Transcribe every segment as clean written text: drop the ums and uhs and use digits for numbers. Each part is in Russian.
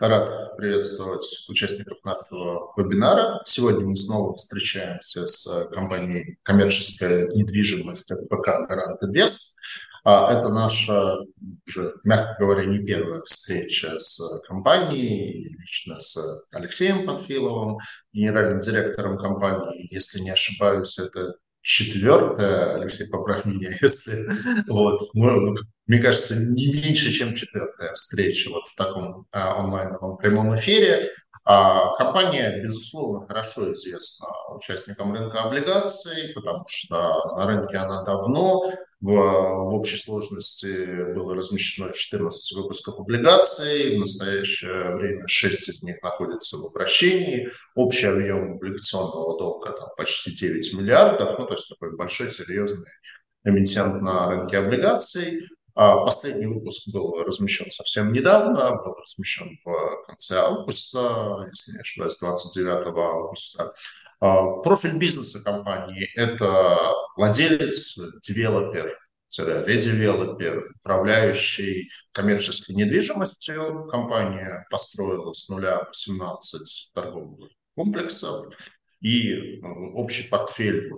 Рад приветствовать участников нашего вебинара. Сегодня мы снова встречаемся с компанией «Коммерческая недвижимость» ПК «Гарант Инвест». Это наша, уже, мягко говоря, не первая встреча с компанией, лично с Алексеем Панфиловым, генеральным директором компании. Если не ошибаюсь, это четвертая, Алексей, поправь меня, если вот, мне кажется, не меньше, чем четвертая встреча вот в таком онлайновом прямом эфире. Компания, безусловно, хорошо известна участникам рынка облигаций, потому что на рынке она давно. В общей сложности было размещено 14 выпусков облигаций. В настоящее время 6 из них находятся в обращении. Общий объем облигационного долга там, почти 9 миллиардов. Ну, то есть такой большой, серьезный эмитент на рынке облигаций. Последний выпуск был размещен совсем недавно, был размещен в конце августа, если не ошибаюсь, 29 августа. Профиль бизнеса компании – это владелец, девелопер, редевелопер, управляющий коммерческой недвижимостью. Компания построила с нуля 18 торговых комплексов. И общий портфель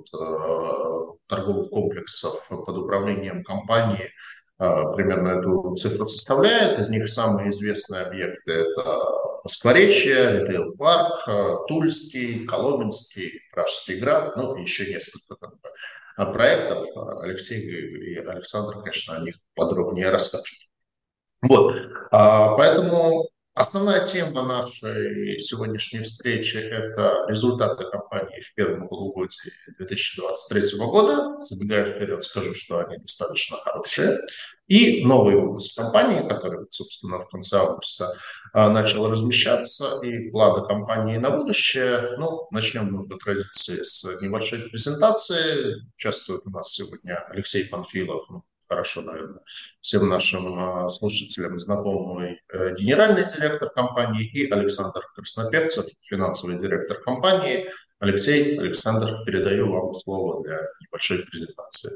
торговых комплексов под управлением компании примерно эту цифру составляет. Из них самые известные объекты – это Москворечье, ритейл-парк, Тульский, Коломенский, Пражский град, ну и еще несколько проектов. Алексей и Александр, конечно, о них подробнее расскажут. Вот, поэтому основная тема нашей сегодняшней встречи – это результаты компании в первом полугодии 2023 года. Забегая вперед, скажу, что они достаточно хорошие. И новый выпуск компании, который, собственно, в конце августа начал размещаться, и планы компании на будущее. Ну, начнем мы по традиции с небольшой презентации. Участвует у нас сегодня Алексей Панфилов, хорошо, наверное, всем нашим слушателям знакомый генеральный директор компании, и Александр Краснопевцев, финансовый директор компании. Алексей, Александр, передаю вам слово для небольшой презентации.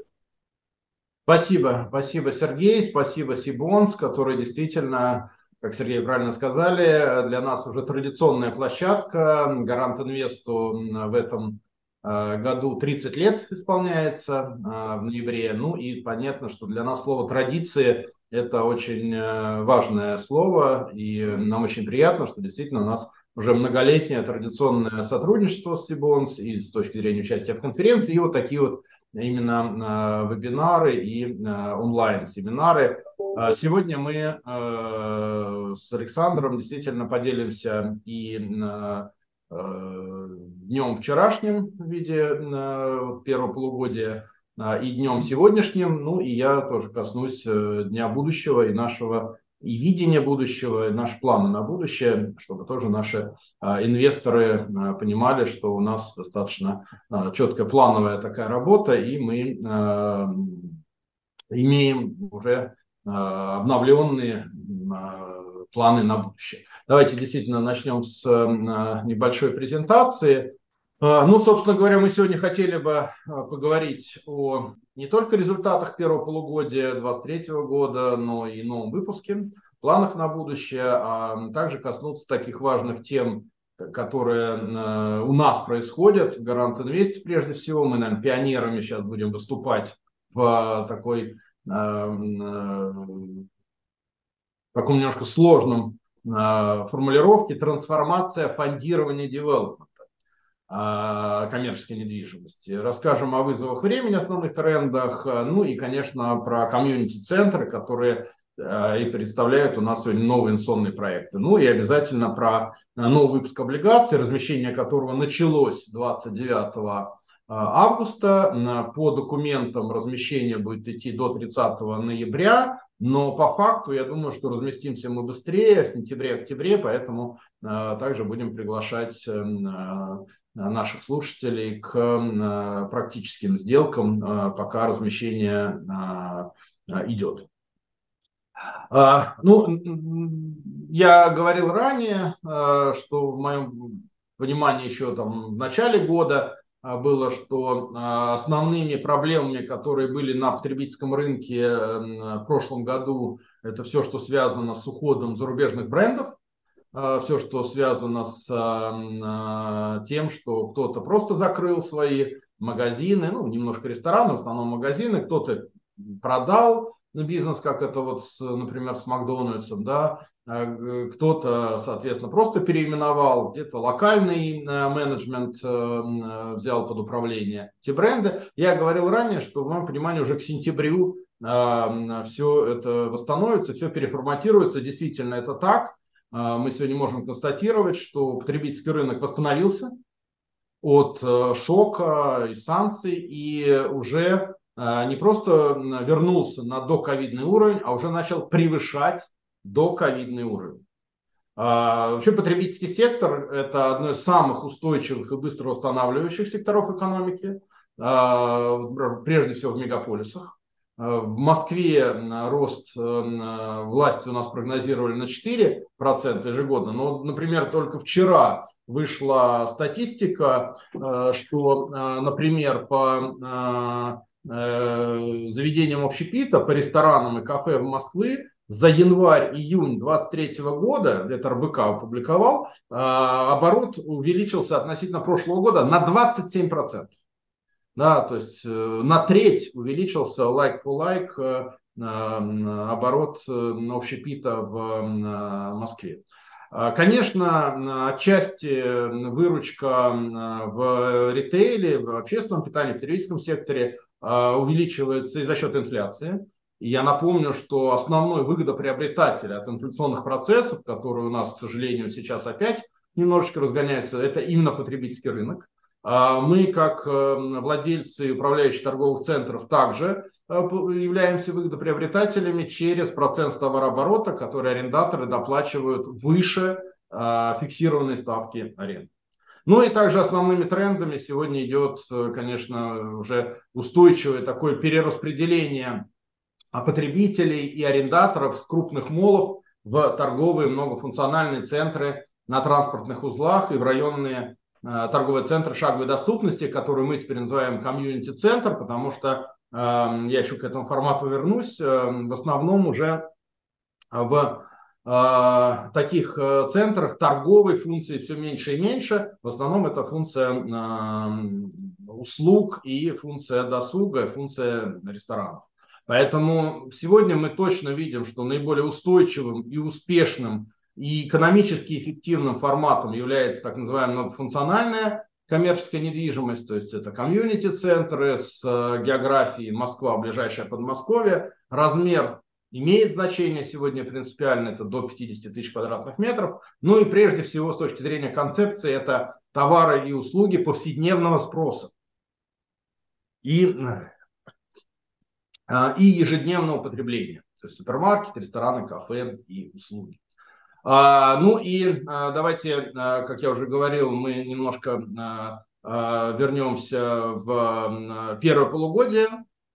Спасибо, Сергей, спасибо, Сибонс, который действительно, как Сергей правильно сказали, для нас уже традиционная площадка. Гарант Инвесту в этом году 30 лет исполняется в ноябре. Ну и понятно, что для нас слово «традиции» – это очень важное слово, и нам очень приятно, что действительно у нас уже многолетнее традиционное сотрудничество с Сибонс и с точки зрения участия в конференции, и вот такие вот именно вебинары и онлайн-семинары. Сегодня мы с Александром действительно поделимся и днем вчерашним в виде первого полугодия, и днем сегодняшним. Ну и я тоже коснусь дня будущего и нашего и видения будущего, и наши планы на будущее, чтобы тоже наши инвесторы понимали, что у нас достаточно четкая плановая такая работа, и мы имеем уже обновленные планы на будущее. Давайте действительно начнем с небольшой презентации. Ну, собственно говоря, мы сегодня хотели бы поговорить о не только результатах первого полугодия 2023 года, но и новом выпуске, планах на будущее, а также коснуться таких важных тем, которые у нас происходят в Гарант Инвесте прежде всего. Мы, наверное, пионерами сейчас будем выступать в таком немножко сложном формулировке: трансформация фондирования девелопмента коммерческой недвижимости. Расскажем о вызовах времени, основных трендах, ну и, конечно, про комьюнити-центры, которые и представляют у нас сегодня новые инвестиционные проекты. Ну и обязательно про новый выпуск облигаций, размещение которого началось 29 августа. По документам размещение будет идти до 30 ноября, но по факту я думаю, что разместимся мы быстрее, в сентябре-октябре, поэтому также будем приглашать наших слушателей к практическим сделкам, пока размещение идет. Ну, я говорил ранее, что в моем понимании еще там в начале года было, что основными проблемами, которые были на потребительском рынке в прошлом году, это все, что связано с уходом зарубежных брендов. все, что связано с тем, что кто-то просто закрыл свои магазины, ну, немножко рестораны, в основном магазины, кто-то продал бизнес, как это вот, например, с Макдональдсом, да, кто-то, соответственно, просто переименовал, где-то локальный менеджмент взял под управление эти бренды. Я говорил ранее, что, в моем понимании, уже к сентябрю все это восстановится, все переформатируется. Действительно, это так. Мы сегодня можем констатировать, что потребительский рынок восстановился от шока и санкций и уже не просто вернулся на доковидный уровень, а уже начал превышать доковидный уровень. Вообще потребительский сектор – это одно из самых устойчивых и быстро восстанавливающих секторов экономики, прежде всего в мегаполисах. В Москве рост власти у нас прогнозировали на 4% ежегодно, но, например, только вчера вышла статистика, что, например, по заведениям общепита, по ресторанам и кафе в Москве за январь-июнь 2023 года, это РБК опубликовал, оборот увеличился относительно прошлого года на 27%. Да, то есть на треть увеличился like-for-like оборот общепита в Москве. Конечно, отчасти выручка в ритейле, в общественном питании, в потребительском секторе увеличивается и за счет инфляции. И я напомню, что основной выгодоприобретатель от инфляционных процессов, которые у нас, к сожалению, сейчас опять немножечко разгоняются, это именно потребительский рынок. Мы, как владельцы и управляющие торговых центров, также являемся выгодоприобретателями через процент с товарооборота, который арендаторы доплачивают выше фиксированной ставки аренды. Ну и также основными трендами сегодня идет, конечно, уже устойчивое такое перераспределение потребителей и арендаторов с крупных моллов в торговые многофункциональные центры на транспортных узлах и в районные торговые центры шаговой доступности, которые мы теперь называем комьюнити-центр, потому что я еще к этому формату вернусь, в основном уже в таких центрах торговой функции все меньше и меньше. В основном это функция услуг и функция досуга, функция ресторанов. Поэтому сегодня мы точно видим, что наиболее устойчивым и успешным и экономически эффективным форматом является так называемая многофункциональная коммерческая недвижимость, то есть это комьюнити-центры с географией Москва, ближайшее Подмосковье. Размер имеет значение сегодня принципиально, это до 50 тысяч квадратных метров. Ну и прежде всего с точки зрения концепции это товары и услуги повседневного спроса и ежедневного потребления. То есть супермаркеты, рестораны, кафе и услуги. Ну и давайте, как я уже говорил, мы немножко вернемся в первое полугодие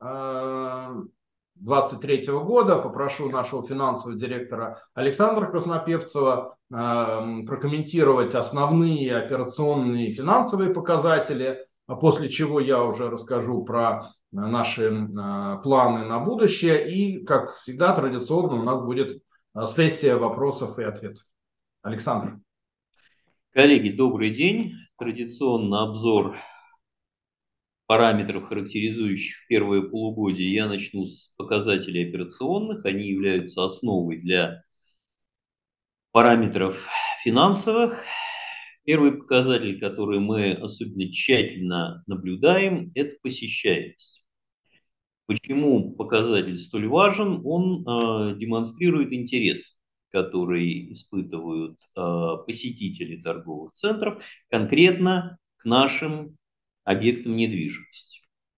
2023 года. Попрошу нашего финансового директора Александра Краснопевцева прокомментировать основные операционные финансовые показатели, после чего я уже расскажу про наши планы на будущее. И, как всегда, традиционно у нас будет сессия вопросов и ответов. Александр. Коллеги, добрый день. Традиционно обзор параметров, характеризующих первое полугодие. Я начну с показателей операционных. Они являются основой для параметров финансовых. Первый показатель, который мы особенно тщательно наблюдаем, это посещаемость. Почему показатель столь важен? Он демонстрирует интерес, который испытывают посетители торговых центров конкретно к нашим объектам недвижимости.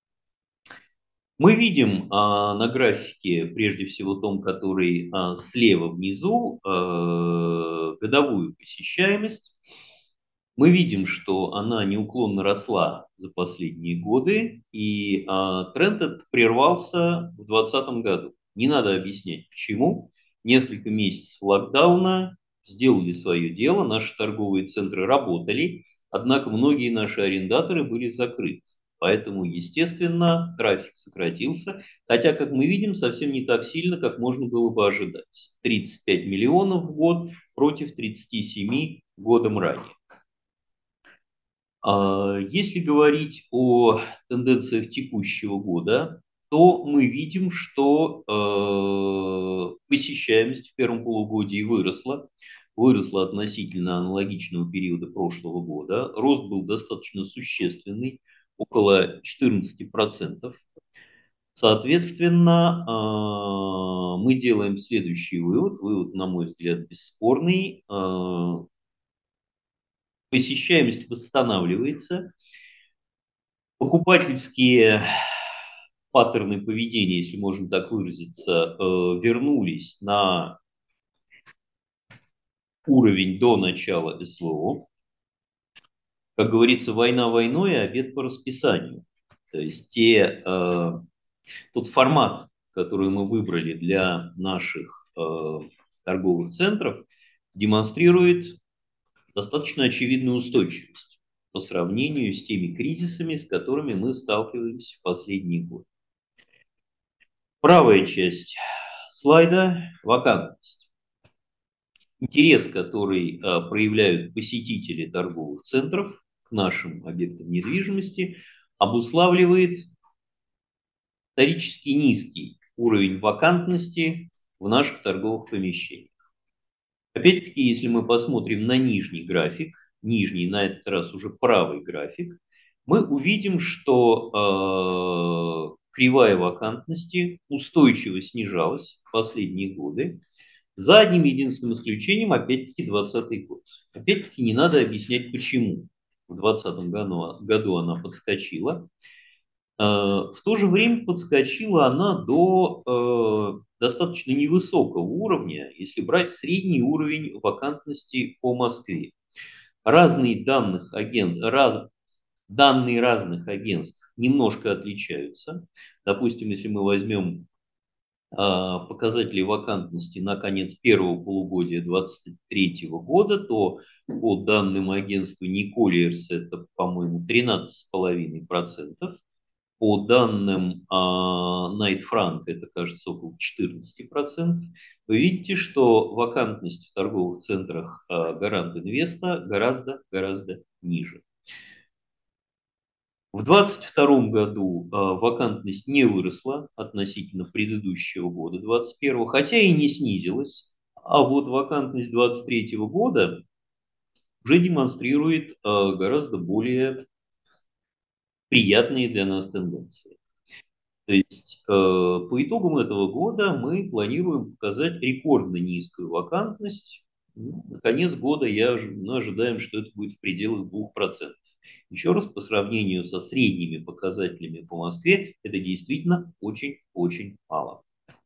Мы видим на графике, прежде всего том, который слева внизу, годовую посещаемость. Мы видим, что она неуклонно росла за последние годы, и тренд этот прервался в 2020 году. Не надо объяснять, почему. Несколько месяцев локдауна сделали свое дело, наши торговые центры работали, однако многие наши арендаторы были закрыты. Поэтому, естественно, трафик сократился, хотя, как мы видим, совсем не так сильно, как можно было бы ожидать. 35 миллионов в год против 37 годом ранее. Если говорить о тенденциях текущего года, то мы видим, что посещаемость в первом полугодии выросла. Выросла относительно аналогичного периода прошлого года. Рост был достаточно существенный, около 14%. Соответственно, мы делаем следующий вывод. Вывод, на мой взгляд, бесспорный. Посещаемость восстанавливается. Покупательские паттерны поведения, если можно так выразиться, вернулись на уровень до начала СВО. Как говорится, война войной, а обед по расписанию. То есть тот формат, который мы выбрали для наших торговых центров, демонстрирует достаточно очевидную устойчивость по сравнению с теми кризисами, с которыми мы сталкиваемся в последние годы. Правая часть слайда – вакантность. Интерес, который проявляют посетители торговых центров к нашим объектам недвижимости, обуславливает исторически низкий уровень вакантности в наших торговых помещениях. Опять-таки, если мы посмотрим на нижний график, нижний, на этот раз уже правый график, мы увидим, что кривая вакантности устойчиво снижалась в последние годы, за одним единственным исключением, опять-таки, 2020 год. Опять-таки, не надо объяснять, почему. В 2020 году она подскочила. В то же время подскочила она до достаточно невысокого уровня, если брать средний уровень вакантности по Москве. Данные разных агентств немножко отличаются. Допустим, если мы возьмем показатели вакантности на конец первого полугодия 2023 года, то по данным агентства Николиерс это, по-моему, 13,5%. По данным Knight Frank это, кажется, около 14%. Вы видите, что вакантность в торговых центрах Гарант Инвеста гораздо ниже. В 2022 году вакантность не выросла относительно предыдущего года, 2021, хотя и не снизилась. А вот вакантность 2023 года уже демонстрирует гораздо более приятные для нас тенденции. То есть по итогам этого года мы планируем показать рекордно низкую вакантность. На конец года мы ожидаем, что это будет в пределах 2%. Еще раз, по сравнению со средними показателями по Москве, это действительно очень-очень мало.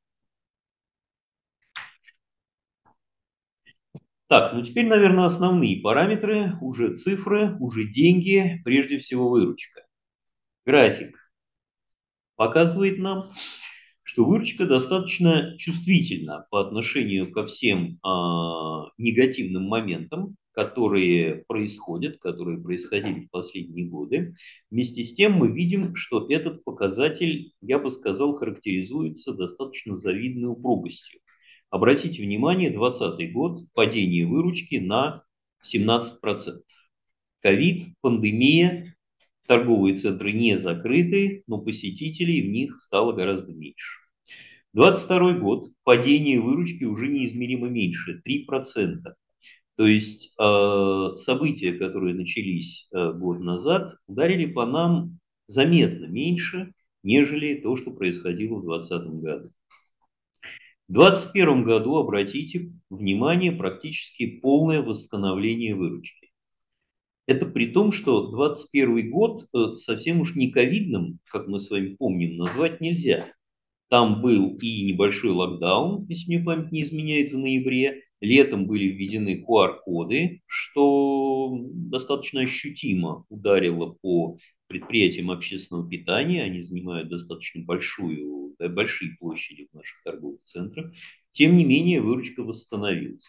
Так, ну теперь, наверное, основные параметры, уже цифры, уже деньги, прежде всего выручка. График показывает нам, что выручка достаточно чувствительна по отношению ко всем негативным моментам, которые происходили в последние годы. Вместе с тем мы видим, что этот показатель, я бы сказал, характеризуется достаточно завидной упругостью. Обратите внимание, 2020 год, падение выручки на 17%. Ковид, пандемия, торговые центры не закрыты, но посетителей в них стало гораздо меньше. 2022 год, падение выручки уже неизмеримо меньше, 3%. То есть события, которые начались год назад, ударили по нам заметно меньше, нежели то, что происходило в 2020 году. В 2021 году, обратите внимание, практически полное восстановление выручки. Это при том, что 2021 год совсем уж не ковидным, как мы с вами помним, назвать нельзя. Там был и небольшой локдаун, если мне память не изменяет, в ноябре. Летом были введены QR-коды, что достаточно ощутимо ударило по предприятиям общественного питания. Они занимают достаточно большие площади в наших торговых центрах. Тем не менее, выручка восстановилась.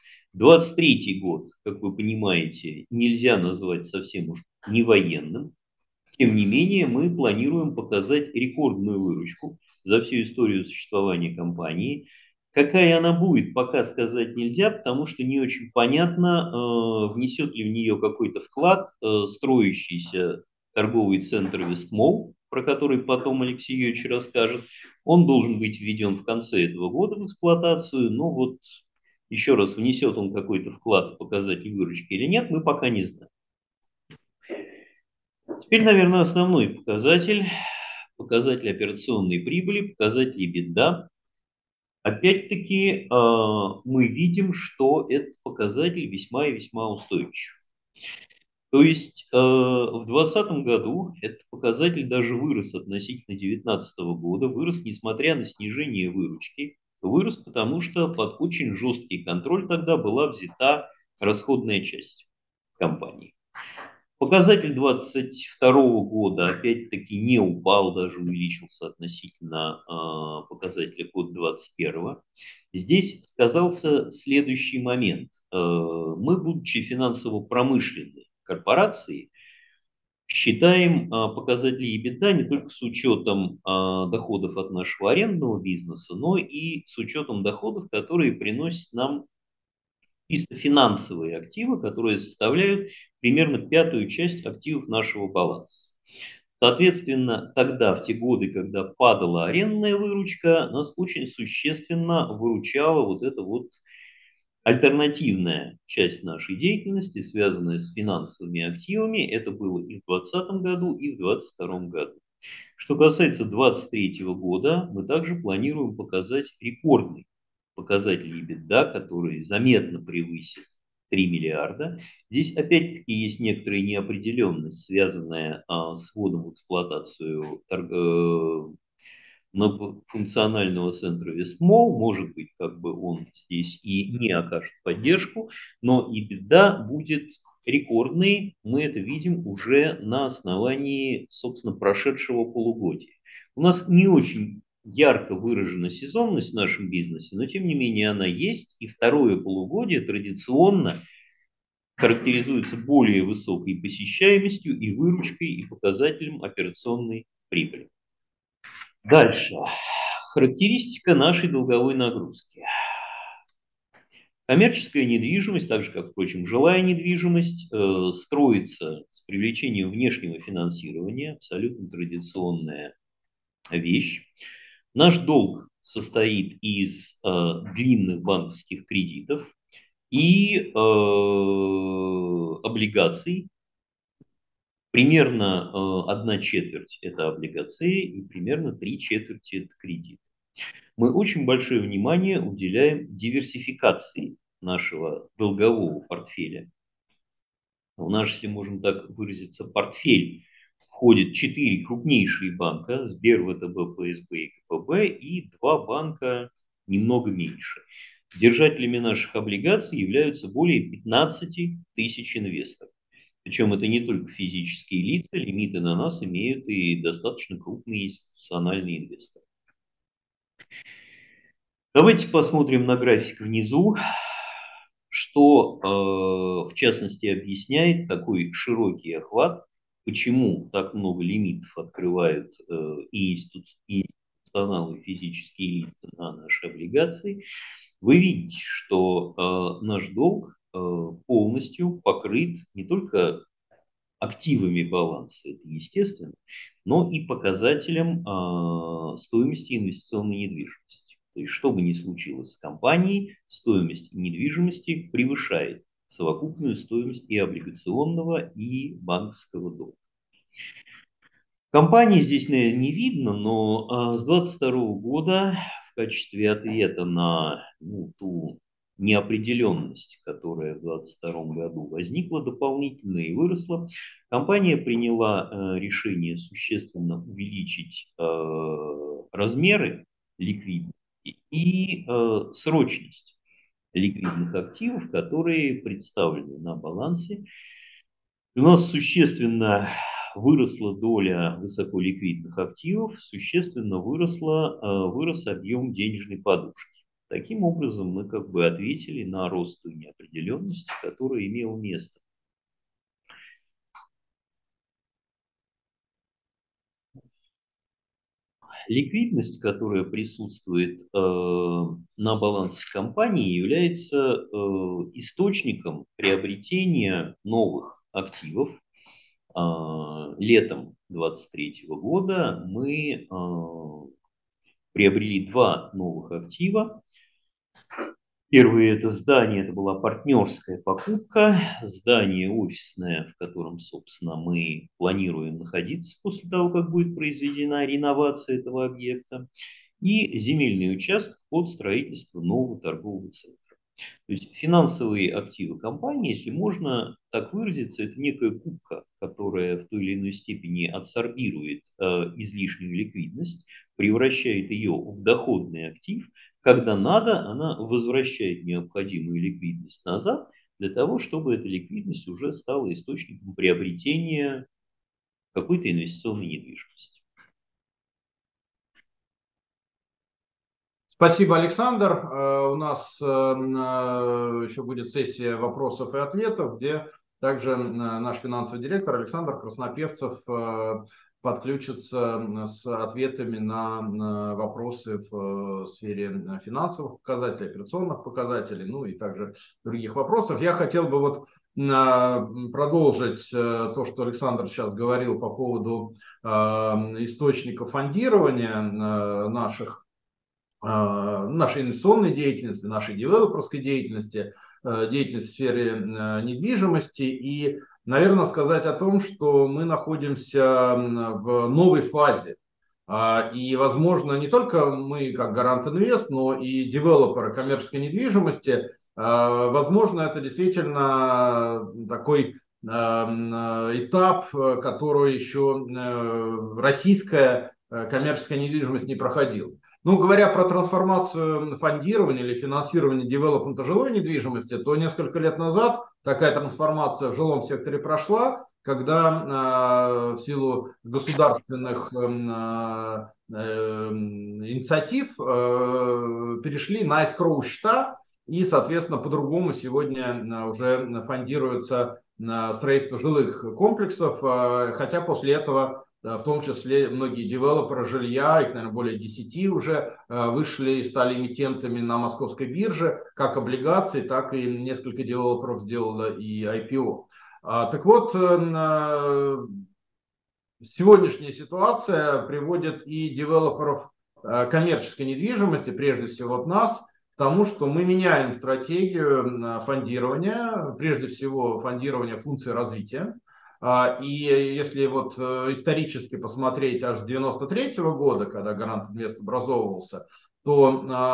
2023 год, как вы понимаете, нельзя назвать совсем уж не военным. Тем не менее, мы планируем показать рекордную выручку за всю историю существования компании. Какая она будет, пока сказать нельзя, потому что не очень понятно, внесет ли в нее какой-то вклад строящийся торговый центр Вестмолл, про который потом Алексей Юрьевич расскажет. Он должен быть введен в конце этого года в эксплуатацию, но вот еще раз, внесет он какой-то вклад в показатель выручки или нет, мы пока не знаем. Теперь, наверное, основной показатель операционной прибыли, показатель EBITDA. Опять-таки, мы видим, что этот показатель весьма и весьма устойчив. То есть в 2020 году этот показатель даже вырос относительно 2019 года, вырос несмотря на снижение выручки, вырос потому что под очень жесткий контроль тогда была взята расходная часть компании. Показатель 2022 года опять-таки не упал, даже увеличился относительно показателя года 2021. Здесь сказался следующий момент. Мы, будучи финансово-промышленной корпорацией, считаем показатели EBITDA не только с учетом доходов от нашего арендного бизнеса, но и с учетом доходов, которые приносят нам чисто финансовые активы, которые составляют примерно пятую часть активов нашего баланса. Соответственно, тогда, в те годы, когда падала арендная выручка, нас очень существенно выручала вот эта вот альтернативная часть нашей деятельности, связанная с финансовыми активами. Это было и в 2020 году, и в 2022 году. Что касается 2023 года, мы также планируем показать рекордный показатель EBITDA, который заметно превысит 3 миллиарда. Здесь опять-таки есть некоторая неопределенность, связанная с вводом в эксплуатацию многофункционального центра Вестмолл. Может быть, как бы он здесь и не окажет поддержку, но EBITDA будет рекордный. Мы это видим уже на основании, собственно, прошедшего полугодия. У нас не очень ярко выражена сезонность в нашем бизнесе, но тем не менее она есть. И второе полугодие традиционно характеризуется более высокой посещаемостью и выручкой, и показателем операционной прибыли. Дальше. Характеристика нашей долговой нагрузки. Коммерческая недвижимость, так же как, впрочем, жилая недвижимость, строится с привлечением внешнего финансирования, абсолютно традиционная вещь. Наш долг состоит из длинных банковских кредитов и облигаций. Примерно 1/4 это облигации и примерно 3/4 это кредит. Мы очень большое внимание уделяем диверсификации нашего долгового портфеля. В наш, если можем так выразиться, портфель входит 4 крупнейшие банка: Сбер, ВТБ, ФСБ и КПБ, и 2 банка немного меньше. Держателями наших облигаций являются более 15 тысяч инвесторов. Причем это не только физические лица, лимиты на нас имеют и достаточно крупные институциональные инвесторы. Давайте посмотрим на график внизу, что в частности объясняет такой широкий охват, почему так много лимитов открывают и институционалы, и физические лица на наши облигации. Вы видите, что наш долг полностью покрыт не только активами баланса, это естественно, но и показателем стоимости инвестиционной недвижимости. То есть, что бы ни случилось с компанией, стоимость недвижимости превышает совокупную стоимость и облигационного, и банковского долга. Компании здесь, наверное, не видно, но с 2022 года в качестве ответа на ту неопределенность, которая в 2022 году возникла дополнительно и выросла, компания приняла решение существенно увеличить размеры ликвидности и срочность ликвидных активов, которые представлены на балансе. У нас существенно выросла доля высоколиквидных активов, существенно вырос объем денежной подушки. Таким образом, мы как бы ответили на рост той неопределенности, которая имела место. ликвидность, которая присутствует на балансе компании, является источником приобретения новых активов. Летом 2023 года мы приобрели два новых актива. Первое это здание, это была партнерская покупка, здание офисное, в котором, собственно, мы планируем находиться после того, как будет произведена реновация этого объекта, и земельный участок под строительство нового торгового центра. То есть финансовые активы компании, если можно так выразиться, это некая кубка, которая в той или иной степени адсорбирует излишнюю ликвидность, превращает ее в доходный актив. Когда надо, она возвращает необходимую ликвидность назад для того, чтобы эта ликвидность уже стала источником приобретения какой-то инвестиционной недвижимости. Спасибо, Александр. У нас еще будет сессия вопросов и ответов, где также наш финансовый директор Александр Краснопевцев подключится с ответами на вопросы в сфере финансовых показателей, операционных показателей, ну и также других вопросов. Я хотел бы вот продолжить то, что Александр сейчас говорил по поводу источников фондирования нашей инвестиционной деятельности, нашей девелоперской деятельности, деятельности в сфере недвижимости. И, наверное, сказать о том, что мы находимся в новой фазе. И, возможно, не только мы, как Гарант Инвест, но и девелоперы коммерческой недвижимости, возможно, это действительно такой этап, который еще российская коммерческая недвижимость не проходила. Ну, говоря про трансформацию фондирования или финансирования девелопмента жилой недвижимости, то несколько лет назад такая трансформация в жилом секторе прошла, когда в силу государственных инициатив перешли на escrow счета, и, соответственно, по-другому сегодня уже фондируется строительство жилых комплексов, хотя после этого в том числе многие девелоперы жилья, их, наверное, более 10 уже вышли и стали эмитентами на московской бирже, как облигаций, так и несколько девелоперов сделало и IPO. Так вот, сегодняшняя ситуация приводит и девелоперов коммерческой недвижимости, прежде всего от нас, к тому, что мы меняем стратегию фондирования, прежде всего фондирования функций развития. И если вот исторически посмотреть аж с 1993 года, когда Гарант Инвест образовывался, то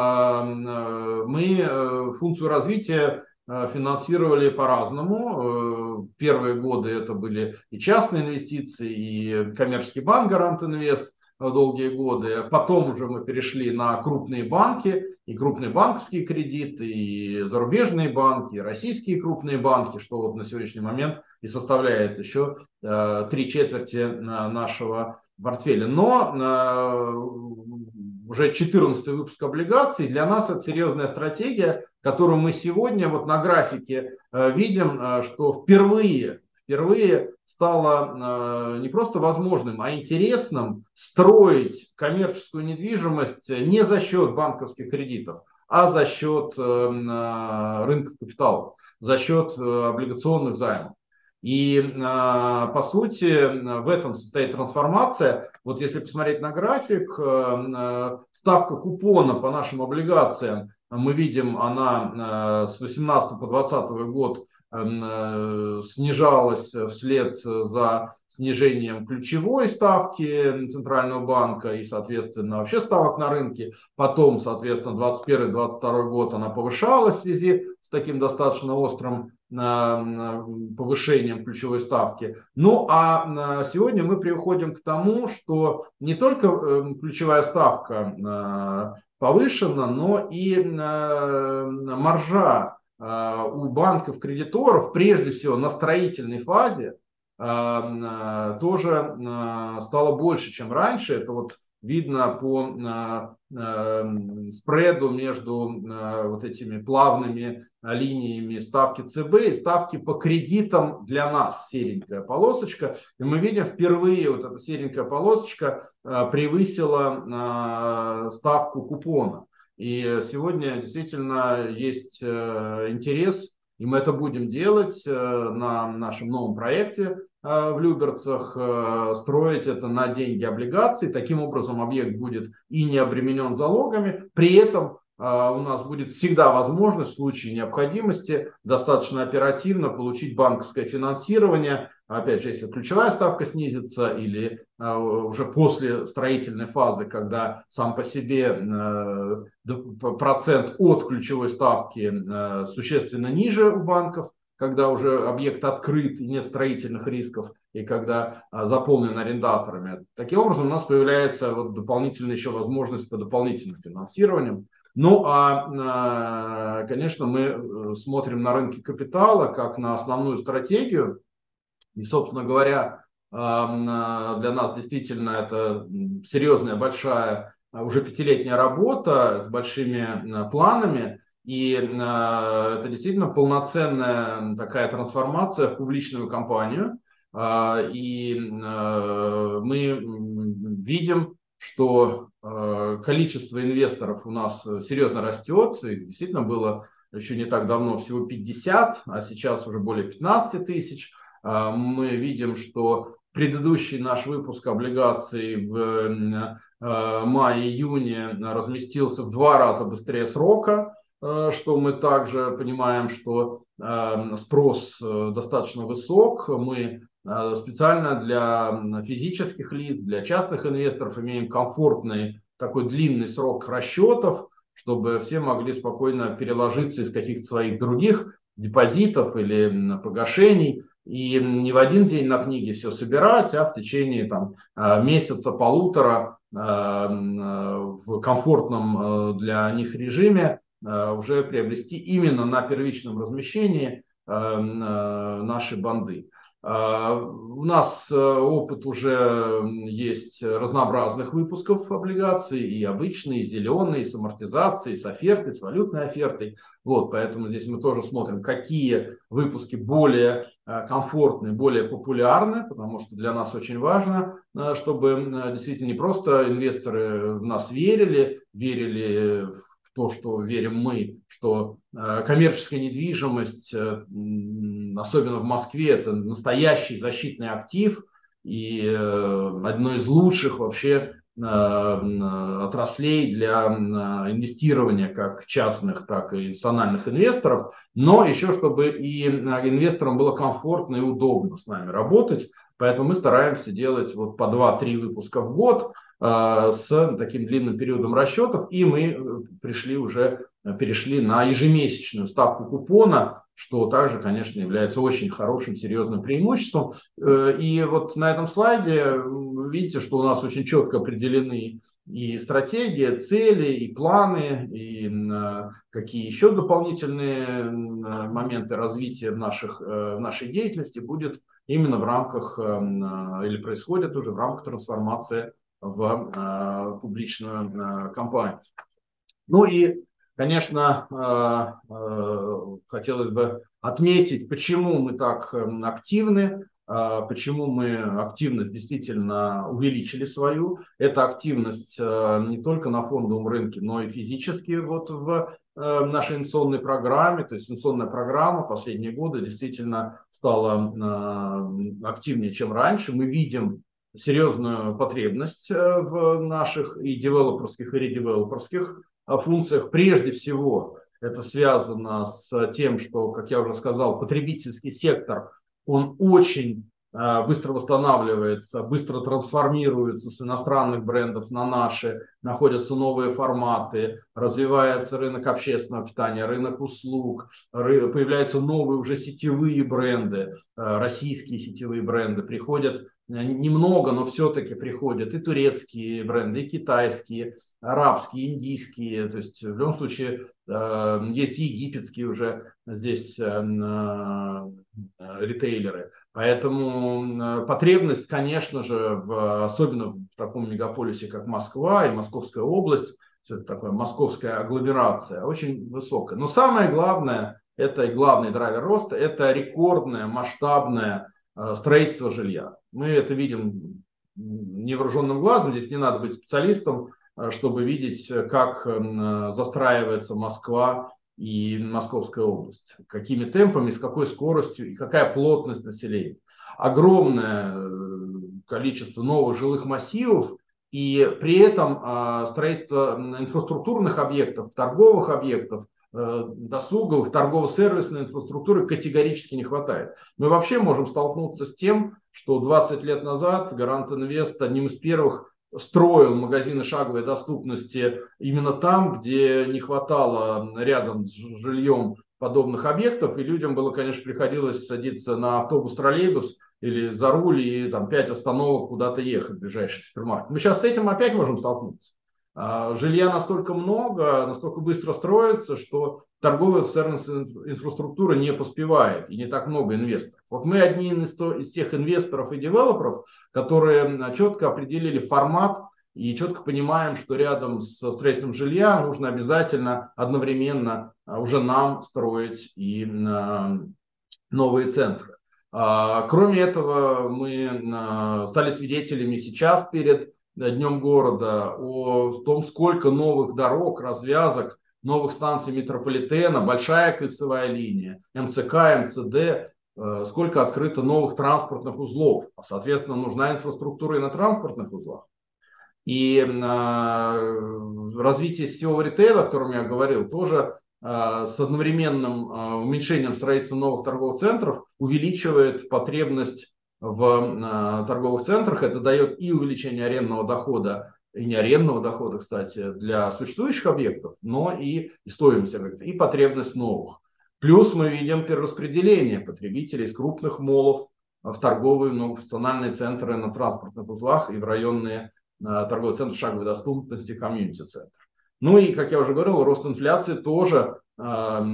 мы функцию развития финансировали по-разному. Первые годы это были и частные инвестиции, и коммерческий банк Гарант Инвест долгие годы. Потом уже мы перешли на крупные банки, и крупные банковские кредиты, и зарубежные банки, и российские крупные банки, что вот на сегодняшний момент и составляет еще 3/4 нашего портфеля. Но уже 14-й выпуск облигаций для нас это серьезная стратегия, которую мы сегодня вот на графике видим, что впервые стало не просто возможным, а интересным строить коммерческую недвижимость не за счет банковских кредитов, а за счет рынка капитала, за счет облигационных займов. И по сути в этом состоит трансформация. Вот если посмотреть на график, ставка купона по нашим облигациям, мы видим, она с 2018 по 2020 год снижалась вслед за снижением ключевой ставки Центрального банка и, соответственно, вообще ставок на рынке. Потом, соответственно, 2021-2022 год она повышалась в связи с таким достаточно острым повышением ключевой ставки. Ну а сегодня мы приходим к тому, что не только ключевая ставка повышена, но и маржа у банков-кредиторов, прежде всего на строительной фазе, тоже стало больше, чем раньше. Это вот видно по спреду между вот этими плавными линиями ставки ЦБ и ставки по кредитам для нас, серенькая полосочка. И мы видим впервые вот эта серенькая полосочка превысила ставку купона. И сегодня действительно есть интерес, и мы это будем делать на нашем новом проекте в Люберцах, строить это на деньги облигаций. Таким образом, объект будет и не обременен залогами. При этом у нас будет всегда возможность в случае необходимости достаточно оперативно получить банковское финансирование. Опять же, если ключевая ставка снизится или уже после строительной фазы, когда сам по себе процент от ключевой ставки существенно ниже у банков, когда уже объект открыт и нет строительных рисков, и когда заполнен арендаторами. Таким образом, у нас появляется вот дополнительная еще возможность по дополнительным финансированиям. Ну, конечно, мы смотрим на рынке капитала как на основную стратегию. И, собственно говоря, для нас действительно это серьезная, большая, уже пятилетняя работа с большими планами. И это действительно полноценная такая трансформация в публичную компанию. И мы видим, что количество инвесторов у нас серьезно растет. И действительно было еще не так давно всего 50, а сейчас уже более 15 тысяч. Мы видим, что предыдущий наш выпуск облигаций в мае-июне разместился в 2 раза быстрее срока, что мы также понимаем, что спрос достаточно высок. Мы специально для физических лиц, для частных инвесторов имеем комфортный такой длинный срок расчетов, чтобы все могли спокойно переложиться из каких-то своих других депозитов или погашений. И не в один день на книге все собирать, а в течение месяца-полутора в комфортном для них режиме уже приобрести именно на первичном размещении наши бонды. У нас опыт уже есть разнообразных выпусков облигаций, и обычные, и зеленые, и с амортизацией, и с офертой, с валютной офертой. Вот, поэтому здесь мы тоже смотрим, какие выпуски более комфортные, более популярны, потому что для нас очень важно, чтобы действительно не просто инвесторы в нас верили в то, что верим мы, что коммерческая недвижимость, особенно в Москве, это настоящий защитный актив и одно из лучших вообще отраслей для инвестирования как частных, так и национальных инвесторов, но еще чтобы и инвесторам было комфортно и удобно с нами работать. Поэтому мы стараемся делать вот по 2-3 выпуска в год с таким длинным периодом расчетов, и мы перешли на ежемесячную ставку купона, что также, конечно, является очень хорошим, серьезным преимуществом. И вот на этом слайде вы видите, что у нас очень четко определены и стратегия, цели, и планы, и какие еще дополнительные моменты развития нашей деятельности будет именно в рамках, или происходит уже в рамках трансформации в публичную компанию. Ну и, конечно, хотелось бы отметить, почему мы так активны, почему мы активность действительно увеличили свою. Эта активность не только на фондовом рынке, но и физически вот в нашей инвестиционной программе. То есть инвестиционная программа последние годы действительно стала активнее, чем раньше. Мы видим серьезную потребность в наших и девелоперских, и редевелоперских функциях. Прежде всего, это связано с тем, что, как я уже сказал, потребительский сектор, он очень быстро восстанавливается, быстро трансформируется с иностранных брендов на наши, находятся новые форматы, развивается рынок общественного питания, рынок услуг, появляются новые уже сетевые бренды, российские сетевые бренды, приходят немного, но все-таки приходят и турецкие бренды, и китайские, арабские, индийские. То есть в любом случае есть египетские уже здесь ритейлеры. Поэтому потребность, конечно же, особенно в таком мегаполисе, как Москва и Московская область, это такая московская агломерация, очень высокая. Но самое главное, это и главный драйвер роста, это рекордное масштабное строительство жилья. Мы это видим невооруженным глазом, здесь не надо быть специалистом, чтобы видеть, как застраивается Москва и Московская область, какими темпами, с какой скоростью и какая плотность населения. Огромное количество новых жилых массивов, и при этом строительство инфраструктурных объектов, торговых объектов, досуговых, торгово-сервисной инфраструктуры категорически не хватает. Мы вообще можем столкнуться с тем, что 20 лет назад Гарант Инвест одним из первых строил магазины шаговой доступности именно там, где не хватало рядом с жильем подобных объектов, и людям было, конечно, приходилось садиться на автобус, троллейбус или за руль и там 5 остановок куда-то ехать в ближайший супермаркет. Мы сейчас с этим опять можем столкнуться. Жилья настолько много, настолько быстро строится, что торговая сервисная инфраструктура не поспевает, и не так много инвесторов. Вот мы одни из тех инвесторов и девелоперов, которые четко определили формат и четко понимаем, что рядом со строительством жилья нужно обязательно одновременно уже нам строить и новые центры. Кроме этого, мы стали свидетелями сейчас перед Днем города о том, сколько новых дорог, развязок, новых станций метрополитена, большая кольцевая линия, МЦК, МЦД, сколько открыто новых транспортных узлов. Соответственно, нужна инфраструктура и на транспортных узлах. И развитие сетевого ритейла, о котором я говорил, тоже с одновременным уменьшением строительства новых торговых центров увеличивает потребность в торговых центрах. Это дает и увеличение арендного дохода, и не арендного дохода, кстати, для существующих объектов, но и стоимость объектов, и потребность новых. Плюс мы видим перераспределение потребителей из крупных моллов в торговые многофункциональные центры на транспортных узлах и в районные торговые центры шаговой доступности, комьюнити-центры. Ну и, как я уже говорил, рост инфляции тоже дает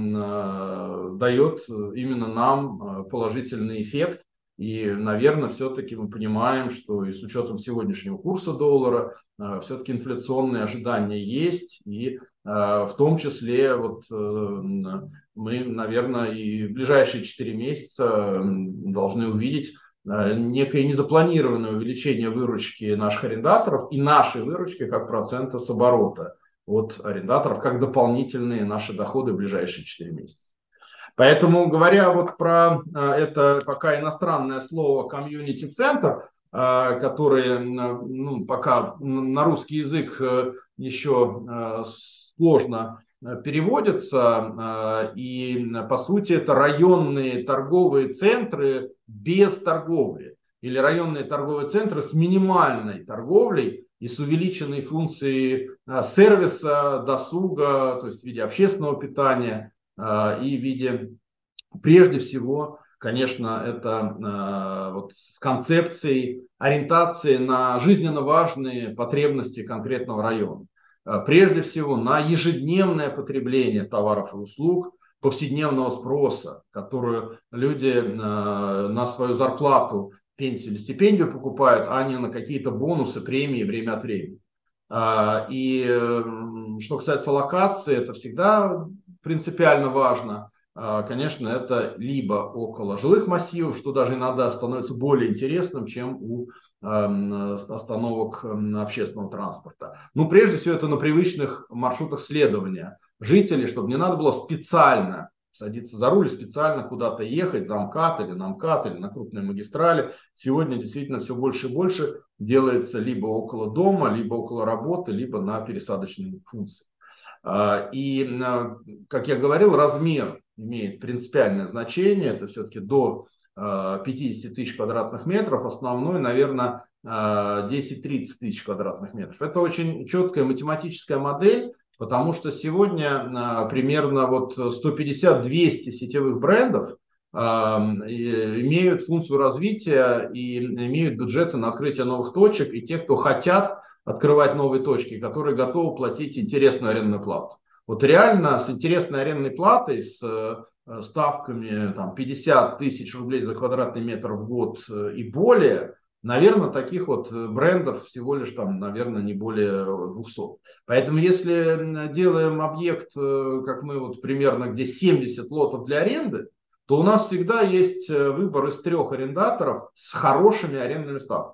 именно нам положительный эффект. И, наверное, все-таки мы понимаем, что и с учетом сегодняшнего курса доллара, все-таки инфляционные ожидания есть. И в том числе вот, мы, наверное, и в ближайшие 4 месяца должны увидеть некое незапланированное увеличение выручки наших арендаторов и нашей выручки как процента с оборота от арендаторов, как дополнительные наши доходы в ближайшие 4 месяца. Поэтому, говоря вот про это пока иностранное слово комьюнити-центр, который пока на русский язык еще сложно переводится, и по сути это районные торговые центры без торговли, или районные торговые центры с минимальной торговлей и с увеличенной функцией сервиса, досуга, то есть в виде общественного питания, и в виде, прежде всего, конечно, это вот с концепцией ориентации на жизненно важные потребности конкретного района. Прежде всего, на ежедневное потребление товаров и услуг, повседневного спроса, которую люди на свою зарплату, пенсию или стипендию покупают, а не на какие-то бонусы, премии время от времени. И что касается локации, это всегда принципиально важно. Конечно, это либо около жилых массивов, что даже иногда становится более интересным, чем у остановок общественного транспорта. Ну, прежде всего, это на привычных маршрутах следования жителей, чтобы не надо было специально садиться за руль, специально куда-то ехать, за МКАД или на МКАД или на крупной магистрали. Сегодня действительно все больше и больше делается либо около дома, либо около работы, либо на пересадочной функции. И, как я говорил, размер имеет принципиальное значение. Это все-таки до 50 тысяч квадратных метров. Основной, наверное, 10-30 тысяч квадратных метров. Это очень четкая математическая модель, потому что сегодня примерно вот 150-200 сетевых брендов имеют функцию развития и имеют бюджеты на открытие новых точек. И те, кто хотят открывать новые точки, которые готовы платить интересную арендную плату. Вот реально с интересной арендной платой, с ставками там, 50 тысяч рублей за квадратный метр в год и более, наверное, таких вот брендов всего лишь там, наверное, не более 200. Поэтому если делаем объект, как мы вот примерно, где 70 лотов для аренды, то у нас всегда есть выбор из 3 арендаторов с хорошими арендными ставками.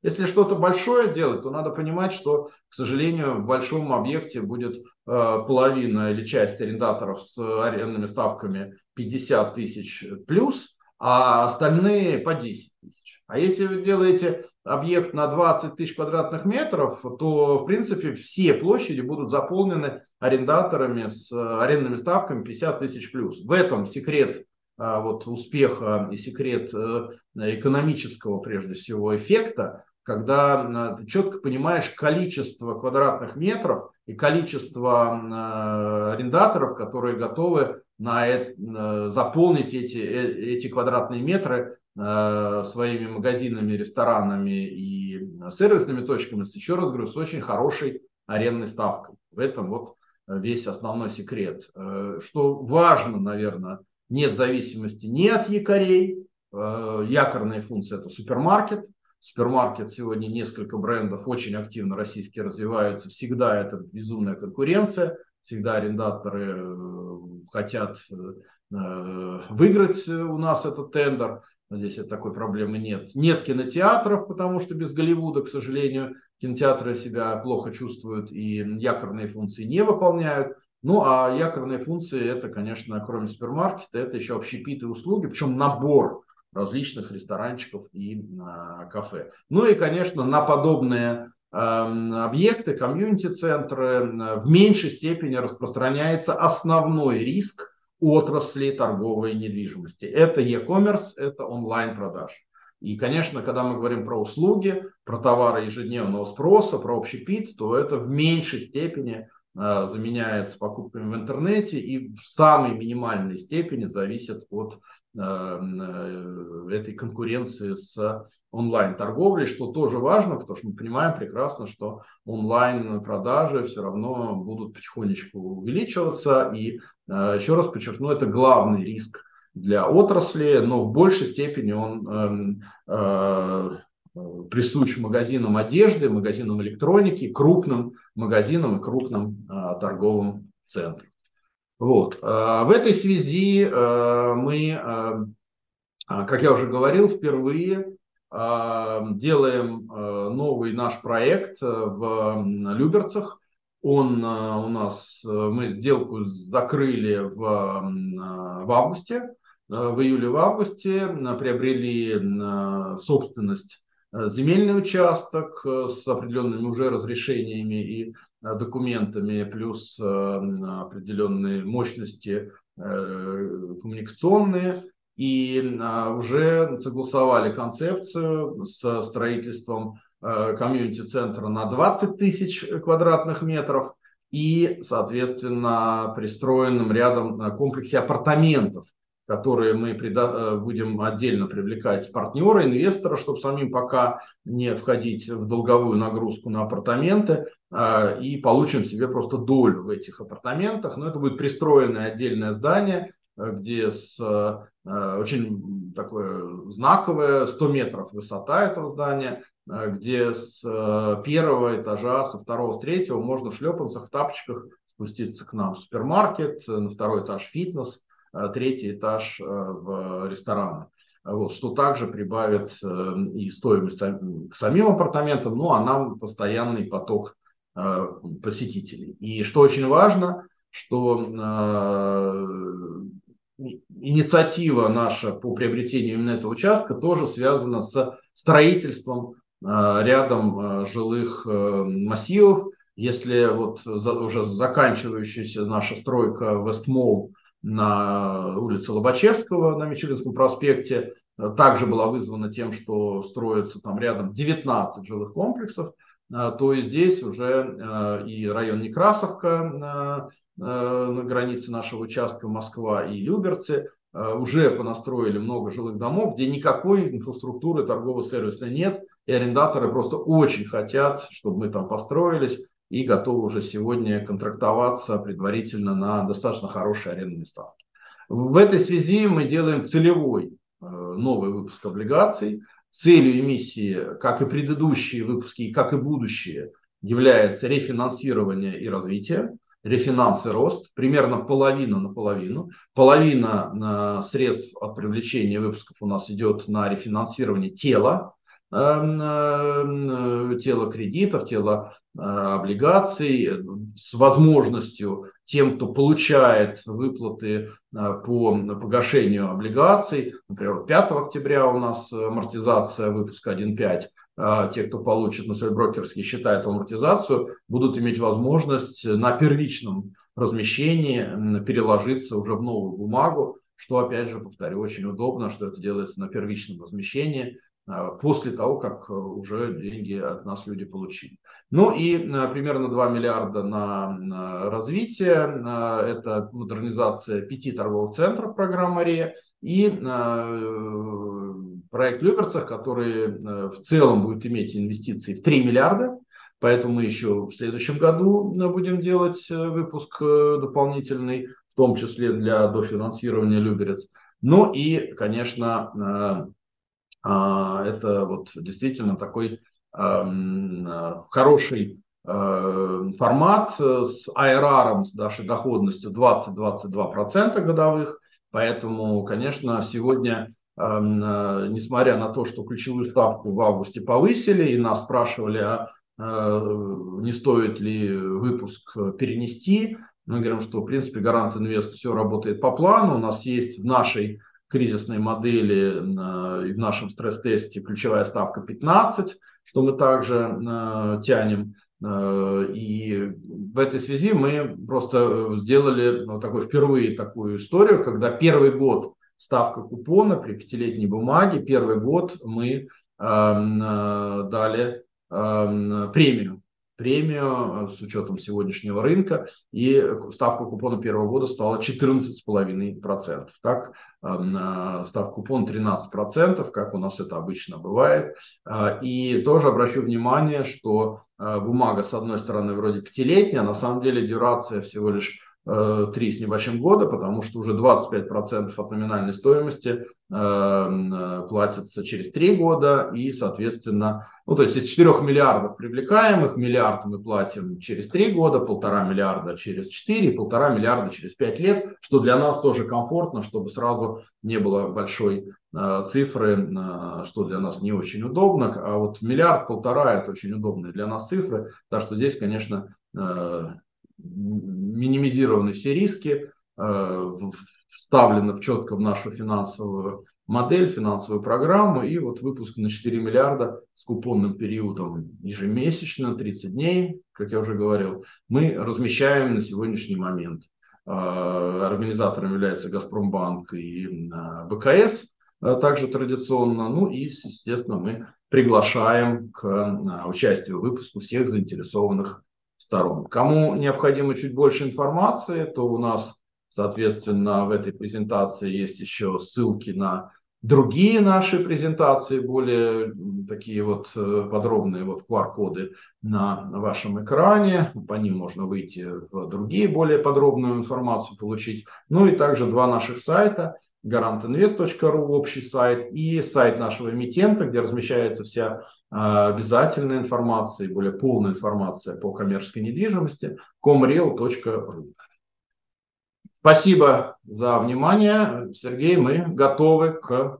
Если что-то большое делать, то надо понимать, что, к сожалению, в большом объекте будет половина или часть арендаторов с арендными ставками 50 тысяч плюс, а остальные по 10 тысяч. А если вы делаете объект на 20 тысяч квадратных метров, то, в принципе, все площади будут заполнены арендаторами с арендными ставками 50 тысяч плюс. В этом секрет вот успеха и секрет экономического, прежде всего, эффекта, когда ты четко понимаешь количество квадратных метров и количество арендаторов, которые готовы заполнить эти квадратные метры своими магазинами, ресторанами и сервисными точками, еще раз говорю, с очень хорошей арендной ставкой. В этом вот весь основной секрет. Что важно, наверное, нет зависимости ни от якорей. Якорная функция – это супермаркет. Супермаркет сегодня несколько брендов очень активно российские развиваются. Всегда это безумная конкуренция. Всегда арендаторы хотят выиграть у нас этот тендер. Здесь такой проблемы нет. Нет кинотеатров, потому что без Голливуда, к сожалению, кинотеатры себя плохо чувствуют и якорные функции не выполняют. Ну, а якорные функции, это, конечно, кроме супермаркета, это еще общепиты и услуги, причем набор различных ресторанчиков и кафе. Ну и, конечно, на подобные объекты, комьюнити-центры в меньшей степени распространяется основной риск отрасли торговой недвижимости. Это e-commerce, это онлайн-продаж. И, конечно, когда мы говорим про услуги, про товары ежедневного спроса, про общепит, то это в меньшей степени заменяется покупками в интернете и в самой минимальной степени зависит от этой конкуренции с онлайн-торговлей, что тоже важно, потому что мы понимаем прекрасно, что онлайн-продажи все равно будут потихонечку увеличиваться. И еще раз подчеркну, это главный риск для отрасли, но в большей степени он присущ магазинам одежды, магазинам электроники, крупным магазинам и крупным торговым центрам. Вот. В этой связи мы, как я уже говорил, впервые делаем новый наш проект в Люберцах. Он у нас, мы сделку закрыли в августе, в июле, в августе, приобрели собственность, земельный участок с определенными уже разрешениями и документами, плюс определенные мощности коммуникационные. И уже согласовали концепцию с строительством комьюнити-центра на 20 тысяч квадратных метров и, соответственно, пристроенным рядом на комплексе апартаментов, которые мы будем отдельно привлекать партнера, инвестора, чтобы самим пока не входить в долговую нагрузку на апартаменты, и получим себе просто долю в этих апартаментах. Но это будет пристроенное отдельное здание, где очень такое знаковое, 100 метров высота этого здания, где с первого этажа, со второго, с третьего можно в шлепанцах, в тапочках спуститься к нам в супермаркет, на второй этаж фитнес, третий этаж в рестораны. Вот, что также прибавит и стоимость к самим апартаментам, ну а нам постоянный поток посетителей. И что очень важно, что инициатива наша по приобретению именно этого участка тоже связана с строительством рядом жилых массивов. Если вот уже заканчивающаяся наша стройка Вестмолл на улице Лобачевского на Мичуринском проспекте также была вызвана тем, что строится там рядом 19 жилых комплексов, то и здесь уже и район Некрасовка на границе нашего участка Москва и Люберцы уже понастроили много жилых домов, где никакой инфраструктуры торгово-сервисной нет, и арендаторы просто очень хотят, чтобы мы там построились, и готовы уже сегодня контрактоваться предварительно на достаточно хорошие арендные ставки. В этой связи мы делаем целевой новый выпуск облигаций. Целью эмиссии, как и предыдущие выпуски, как и будущие, является рефинансирование и развитие, рефинанс и рост, примерно половина на половину. Половина средств от привлечения выпусков у нас идет на рефинансирование тела, тело кредитов, тело облигаций с возможностью тем, кто получает выплаты по погашению облигаций, например, 5 октября у нас амортизация выпуска 1.5, те, кто получит на свои брокерские счета эту амортизацию, будут иметь возможность на первичном размещении переложиться уже в новую бумагу, что, опять же, повторю, очень удобно, что это делается на первичном размещении, после того, как уже деньги от нас люди получили. Ну и примерно 2 миллиарда на развитие. Это модернизация 5 торговых центров программы РЕ и проект Люберцах, который в целом будет иметь инвестиции в 3 миллиарда. Поэтому мы еще в следующем году будем делать выпуск дополнительный, в том числе для дофинансирования Люберец. Ну и, конечно, это вот действительно такой хороший формат с IRR, с нашей доходностью 20-22% годовых. Поэтому, конечно, сегодня, несмотря на то, что ключевую ставку в августе повысили, и нас спрашивали, не стоит ли выпуск перенести, мы говорим, что, в принципе, Гарант Инвест все работает по плану. У нас есть в нашей кризисной модели и в нашем стресс-тесте ключевая ставка 15, что мы также тянем. И в этой связи мы просто сделали впервые такую историю, когда первый год ставка купона при 5-летней бумаге, первый год мы дали премию с учетом сегодняшнего рынка, и ставка купона первого года стала 14,5%. Так, ставка купона 13%, как у нас это обычно бывает. И тоже обращу внимание, что бумага, с одной стороны, вроде 5-летняя, а на самом деле дюрация всего лишь 3 с небольшим года, потому что уже 25% от номинальной стоимости платится через 3 года, и, соответственно, то есть из 4 миллиардов привлекаемых, миллиард мы платим через 3 года, 1,5 миллиарда через 4, 1,5 миллиарда через 5 лет, что для нас тоже комфортно, чтобы сразу не было большой цифры, что для нас не очень удобно, а вот миллиард, 1,5 это очень удобные для нас цифры, так что здесь, конечно, минимизированы все риски, вставлено четко в нашу финансовую модель, финансовую программу, и вот выпуск на 4 миллиарда с купонным периодом ежемесячно, 30 дней, как я уже говорил, мы размещаем на сегодняшний момент. Организатором является Газпромбанк и БКС, также традиционно, ну и, естественно, мы приглашаем к участию в выпуске всех заинтересованных сторон. Кому необходимо чуть больше информации, то у нас, соответственно, в этой презентации есть еще ссылки на другие наши презентации, более такие вот подробные вот QR-коды на вашем экране. По ним можно выйти в другие, более подробную информацию получить. Ну и также 2 наших сайта. garantinvest.ru, общий сайт, и сайт нашего эмитента, где размещается вся обязательная информация, более полная информация по коммерческой недвижимости, comreal.ru. Спасибо за внимание. Сергей, мы готовы к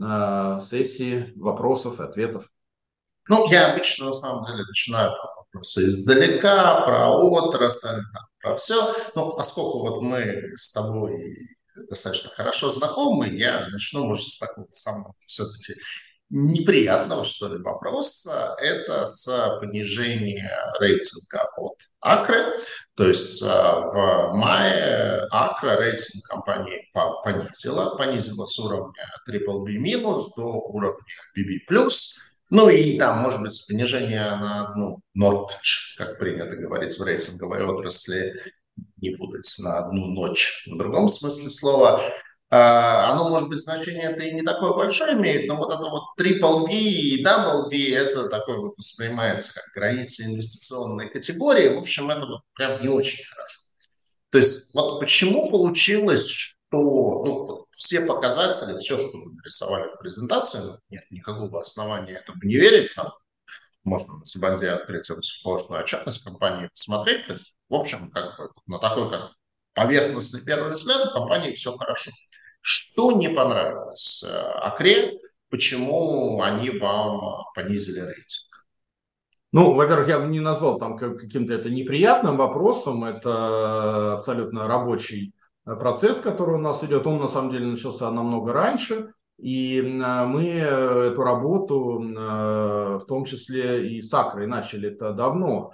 сессии вопросов и ответов. Ну, я обычно, на самом деле, начинаю вопросы издалека, про отрасль, про все. Но поскольку вот мы с тобой достаточно хорошо знакомы, я начну, может, с такого самого все-таки неприятного, что ли, вопроса. Это с понижения рейтинга от Акры. То есть в мае Акра рейтинг компании понизила с уровня BBB- до уровня BB+. Ну и там, может быть, понижение на одну notch, как принято говорить в рейтинговой отрасли, не путать на одну ночь в другом смысле слова. Оно, может быть, значение это и не такое большое имеет, но вот это вот BBB и BB, это такое вот воспринимается как граница инвестиционной категории. В общем, это вот прям не очень хорошо. То есть вот почему получилось, что вот все показатели, все, что вы нарисовали в презентации, нет никакого основания этому не верить, можно на Сибанде открыть эту сложную отчетность компании, посмотреть. То есть, в общем, как бы на такой как поверхностный первый взгляд у компании все хорошо. Что не понравилось Акре? почему они вам понизили рейтинг? Ну, во-первых, я бы не назвал там каким-то это неприятным вопросом. Это абсолютно рабочий процесс, который у нас идет. Он на самом деле начался намного раньше. И мы эту работу, в том числе и с Акрой, начали это давно.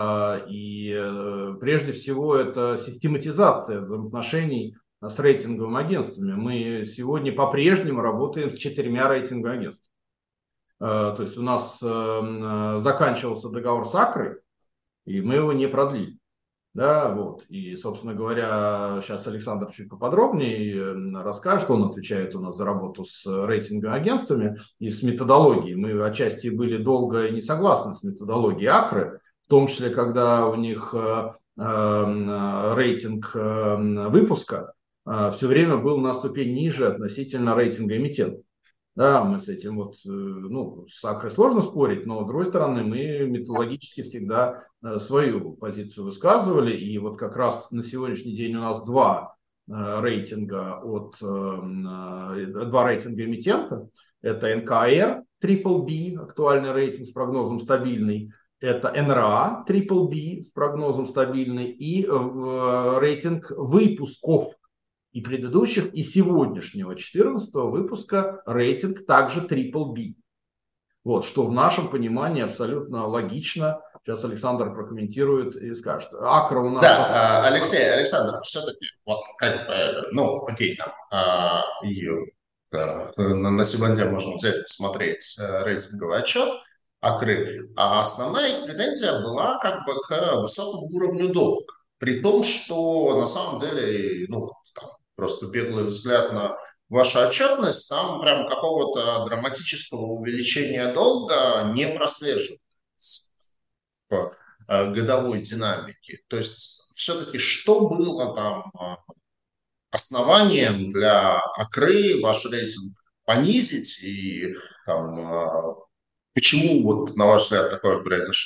И прежде всего это систематизация взаимоотношений с рейтинговыми агентствами. Мы сегодня по-прежнему работаем с 4 рейтинговыми агентствами. То есть у нас заканчивался договор с Акрой, и мы его не продлили. Да, вот. И, собственно говоря, сейчас Александр чуть поподробнее расскажет. Он отвечает у нас за работу с рейтинговыми агентствами и с методологией. Мы отчасти были долго не согласны с методологией Акры, в том числе, когда у них рейтинг выпуска все время был на ступень ниже относительно рейтинга эмитентов. Да, мы с этим вот, ну, с Акрой сложно спорить, но с другой стороны мы методологически всегда свою позицию высказывали. И вот как раз на сегодняшний день у нас два рейтинга эмитента. Это НКР BBB, актуальный рейтинг с прогнозом стабильный. Это НРА BBB с прогнозом стабильный. И рейтинг выпусков и предыдущих, и сегодняшнего 14 выпуска рейтинг также BBB. Вот, что в нашем понимании абсолютно логично. Сейчас Александр прокомментирует и скажет. Акра у нас... Да, Александр, все-таки, вот как бы, ну, окей, там, на сегодня можно взять, посмотреть рейтинговый отчет Акры, а основная их претензия была как бы к высокому уровню долга. При том, что на самом деле, ну, там, просто беглый взгляд на вашу отчетность, там прям какого-то драматического увеличения долга не прослеживается в годовой динамике. То есть все-таки что было там основанием для Акры ваш рейтинг понизить и там, почему вот на ваш взгляд такое произошло?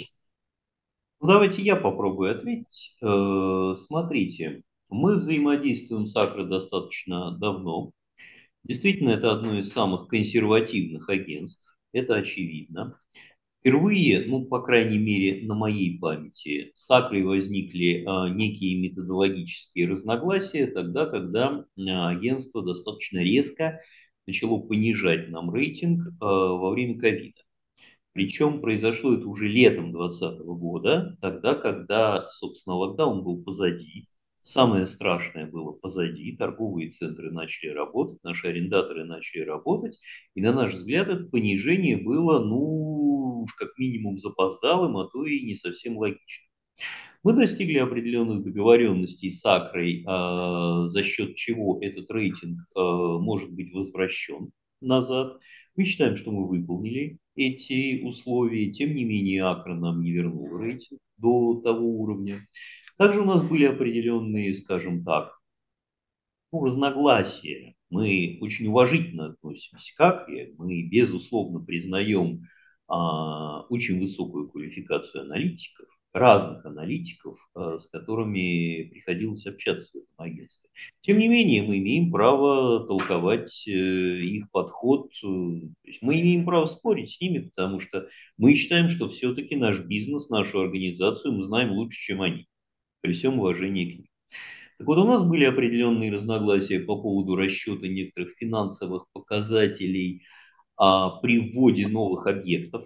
Ну, давайте я попробую ответить. Смотрите, мы взаимодействуем с Акро достаточно давно. Действительно, это одно из самых консервативных агентств, это очевидно. Впервые, ну, по крайней мере, на моей памяти, с Акрой возникли некие методологические разногласия тогда, когда агентство достаточно резко начало понижать нам рейтинг во время ковида. Причем произошло это уже летом 2020 года, тогда, когда, собственно, локдаун был позади. Самое страшное было позади, торговые центры начали работать, наши арендаторы начали работать, и, на наш взгляд, это понижение было, ну, уж как минимум запоздалым, а то и не совсем логичным. Мы достигли определенных договоренностей с Акрой, за счет чего этот рейтинг может быть возвращен назад. Мы считаем, что мы выполнили эти условия, тем не менее Акра нам не вернул рейтинг до того уровня. Также у нас были определенные, скажем так, ну, разногласия. Мы очень уважительно относимся к Акре, мы безусловно признаем очень высокую квалификацию аналитиков, разных аналитиков, с которыми приходилось общаться в этом агентстве. Тем не менее, мы имеем право толковать их подход, то есть мы имеем право спорить с ними, потому что мы считаем, что все-таки наш бизнес, нашу организацию мы знаем лучше, чем они, при всем уважении к ним. Так вот, у нас были определенные разногласия по поводу расчета некоторых финансовых показателей при вводе новых объектов.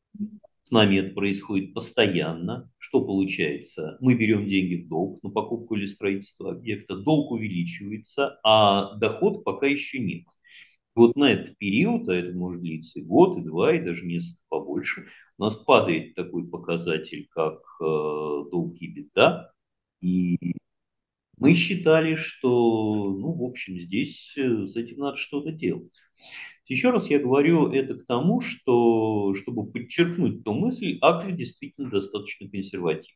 С нами это происходит постоянно. Что получается? Мы берем деньги в долг на покупку или строительство объекта, долг увеличивается, а доход пока еще нет. Вот на этот период, а это может длиться и год, и два, и даже несколько побольше, у нас падает такой показатель, как долг EBITDA, и мы считали, что, ну, в общем, здесь с этим надо что-то делать. Еще раз я говорю это к тому, что, чтобы подчеркнуть ту мысль, Акра действительно достаточно консервативна.